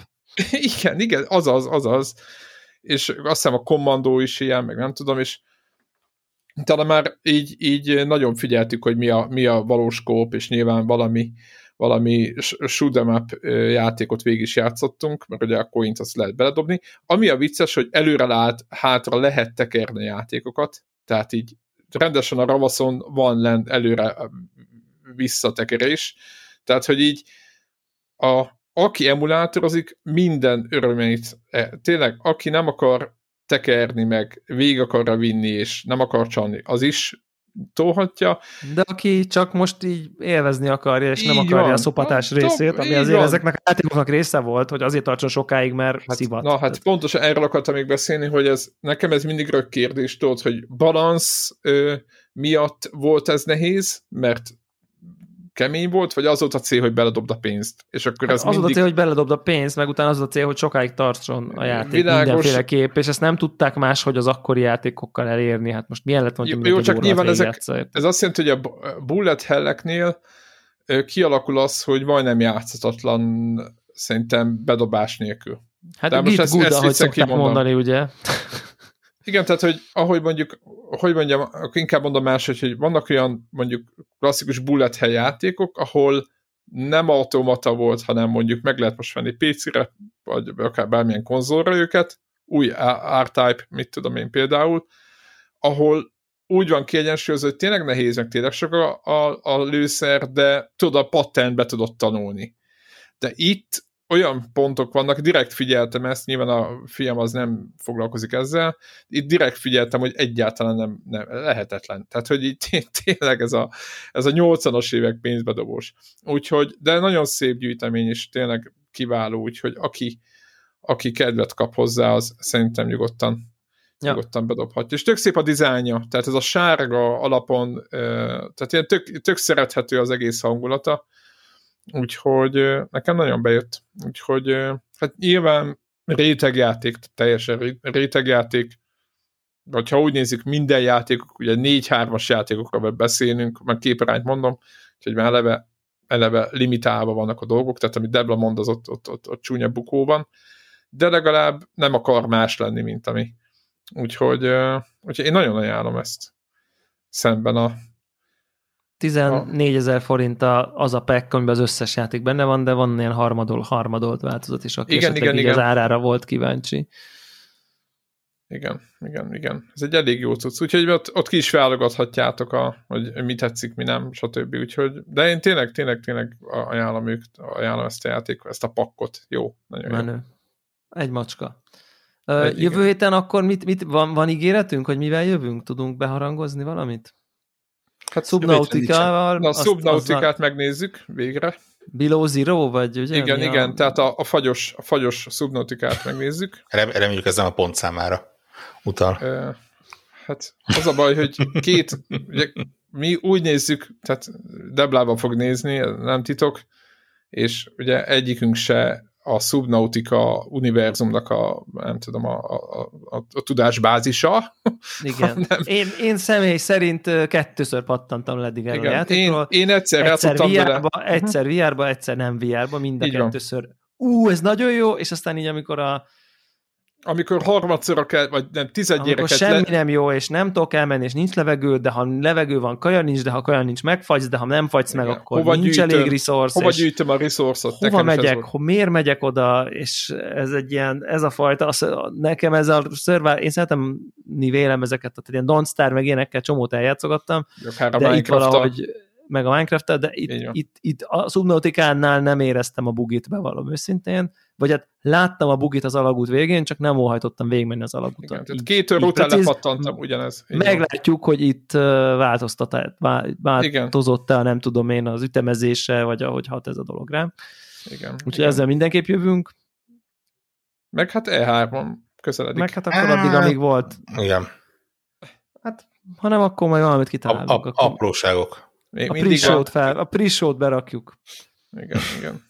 Speaker 1: igen, azaz. És azt hiszem a Commando is ilyen, meg nem tudom, és talán már így nagyon figyeltük, hogy mi a valós kóp, és nyilván valami shoot 'em up játékot végig is játszottunk, mert ugye a coint azt lehet beledobni. Ami a vicces, hogy előre hátra lehet tekerni a játékokat, tehát így rendesen a ravaszon van előre visszatekerés, tehát hogy így aki emulátorozik, minden örömeit, tényleg, aki nem akar tekerni, meg végig akarra vinni, és nem akar csalni, az is tolhatja.
Speaker 2: De aki csak most így élvezni akarja, és nem akarja a szopatás részét, ami azért ezeknek a játékoknak része volt, hogy azért tartson sokáig, mert szivat.
Speaker 1: Na, hát pontosan erről akartam még beszélni, hogy nekem ez mindig rög kérdés, tudod, hogy balansz miatt volt ez nehéz, mert kemény volt, vagy az volt a cél, hogy beledobd a pénzt? És akkor ez
Speaker 2: az volt a cél, hogy beledobd a pénzt, meg utána az volt a cél, hogy sokáig tartson a játék mindenféleképp, és ezt nem tudták máshogy az akkori játékokkal elérni. Hát most milyen lett mondani,
Speaker 1: jó, csak nyilván ez azt jelenti, hogy a bullet helleknél kialakul az, hogy majdnem játszhatatlan szerintem bedobás nélkül.
Speaker 2: Hát de most ezt ahogy szokták mondani, ugye?
Speaker 1: Igen, tehát, hogy mondjam, inkább mondom máshogy, hogy vannak olyan mondjuk klasszikus bullet hell játékok, ahol nem automata volt, hanem mondjuk meg lehet most venni PC-re, vagy akár bármilyen konzolra őket, új R-Type, mit tudom én például, ahol úgy van kiegyensúlyozva, hogy tényleg nehéz, meg tényleg sok a lőszer, de tudod, a patternbe tudod tanulni. De itt olyan pontok vannak, direkt figyeltem ezt, nyilván a fiam az nem foglalkozik ezzel, itt direkt figyeltem, hogy egyáltalán nem lehetetlen. Tehát, hogy itt tényleg ez a 80-as évek pénzbedobós. Úgyhogy, de nagyon szép gyűjtemény, és tényleg kiváló, úgyhogy aki kedvet kap hozzá, az szerintem nyugodtan bedobhatja. És tök szép a dizájnja, tehát ez a sárga alapon, tehát ilyen tök szerethető az egész hangulata, úgyhogy nekem nagyon bejött. Úgyhogy hát nyilván rétegjáték, teljesen rétegjáték, vagy ha úgy nézzük, minden játékok, ugye 4-3-as játékokról beszélünk, meg képarányt mondom, úgyhogy már eleve limitálva vannak a dolgok, tehát amit Debla mond, az ott csúnya bukó van, de legalább nem akar más lenni, mint ami Úgyhogy én nagyon ajánlom ezt szemben a
Speaker 2: 14 000 forint az a pack, amiben az összes játék benne van, de van ilyen harmadolt változat is, aki igen. Az árára volt kíváncsi.
Speaker 1: Igen. Ez egy elég jó cucc, úgyhogy ott ki is válogathatjátok, hogy mi tetszik, mi nem, stb. Úgyhogy, de én tényleg ajánlom ezt a játékot, ezt a pakkot. Jó, nagyon
Speaker 2: menő. Jó. Egy macska. Jövő
Speaker 1: igen.
Speaker 2: héten akkor mit van ígéretünk, hogy mivel jövünk? Tudunk beharangozni valamit?
Speaker 1: Hát
Speaker 2: Subnautica-val.
Speaker 1: Na, a Subnautica-t megnézzük végre.
Speaker 2: Below Zero, vagy ugye?
Speaker 1: Igen, tehát a fagyos Subnautica-t megnézzük.
Speaker 4: Reméljük ez nem a pontszámára utal.
Speaker 1: Hát az a baj, hogy ugye, mi úgy nézzük, tehát Deblában fog nézni, nem titok, és ugye egyikünk se a Subnautica univerzumnak a tudásbázisa.
Speaker 2: Igen. Én személy szerint 2-ször pattantam le eddig erről a játékról.
Speaker 1: Én egyszer
Speaker 2: egyszer VR-ba, egyszer nem VR-ba, mind a 2-ször. Ez nagyon jó, és aztán így, amikor
Speaker 1: harmadszorra kell, vagy nem, 11-ére
Speaker 2: semmi nem jó, és nem tudok elmenni, és nincs levegő, de ha levegő van, kaja nincs, de ha kaja nincs, megfagysz, de ha nem fagysz meg, akkor hova nincs elég resource.
Speaker 1: Hova gyűjtöm a resource-ot?
Speaker 2: Hova megyek, miért megyek oda, és ez a fajta, nekem ez a survival, én szeretem vélem ezeket, tehát ilyen Don't Starve, meg ilyenekkel csomót eljátszogattam, de itt valahogy, meg a Minecraft-tel, de itt a Subnautica-nál nem éreztem a bugit, bevallom őszintén, vagy hát láttam a bugit az alagút végén, csak nem óhajtottam végigmenni az alagúton.
Speaker 1: Igen, tehát 2 óra után lepattantam ugyanez.
Speaker 2: Meglátjuk, hogy itt változott-e, nem tudom én, az ütemezése, vagy ahogy hat ez a dolog rám.
Speaker 1: Igen.
Speaker 2: Úgyhogy ezzel mindenképp jövünk.
Speaker 1: Meg hát E3-on közeledik.
Speaker 2: Meg hát akkor addig, amíg volt.
Speaker 4: Igen.
Speaker 2: Hát, ha nem, akkor majd valamit kitalálunk.
Speaker 4: Apróságok.
Speaker 2: A pre-show-t berakjuk.
Speaker 1: Igen.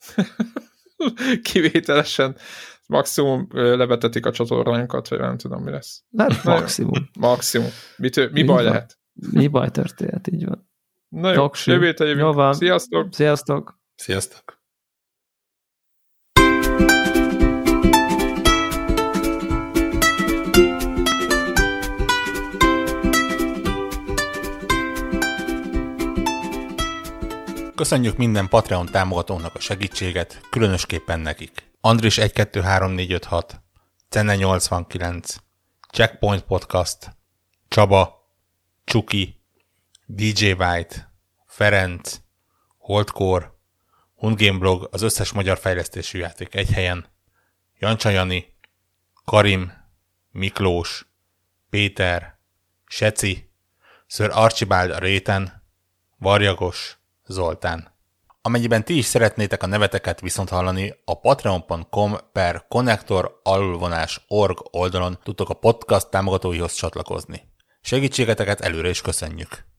Speaker 1: Kivételesen maximum levetetik a csatornánkat, vagy nem tudom, mi lesz.
Speaker 2: Hát maximum.
Speaker 1: Mi baj lehet?
Speaker 2: Mi baj történt, így van.
Speaker 1: Na jó, jövő héten jövünk.
Speaker 2: Sziasztok!
Speaker 4: Köszönjük minden Patreon támogatónak a segítséget, különösképpen nekik. Andris 1-2-3-4-5-6, Cenne 89, Checkpoint Podcast, Csaba, Csuki, DJ White, Ferenc, Holdcore, Hundgameblog, az összes magyar fejlesztésű játék egy helyen, Jancsa Jani, Karim, Miklós, Péter, Seci, Sir Archibald a réten, Varjagos, Zoltán. Amennyiben ti is szeretnétek a neveteket viszont hallani, a patreon.com/connector_org oldalon tudtok a podcast támogatóihoz csatlakozni. Segítségeteket előre is köszönjük!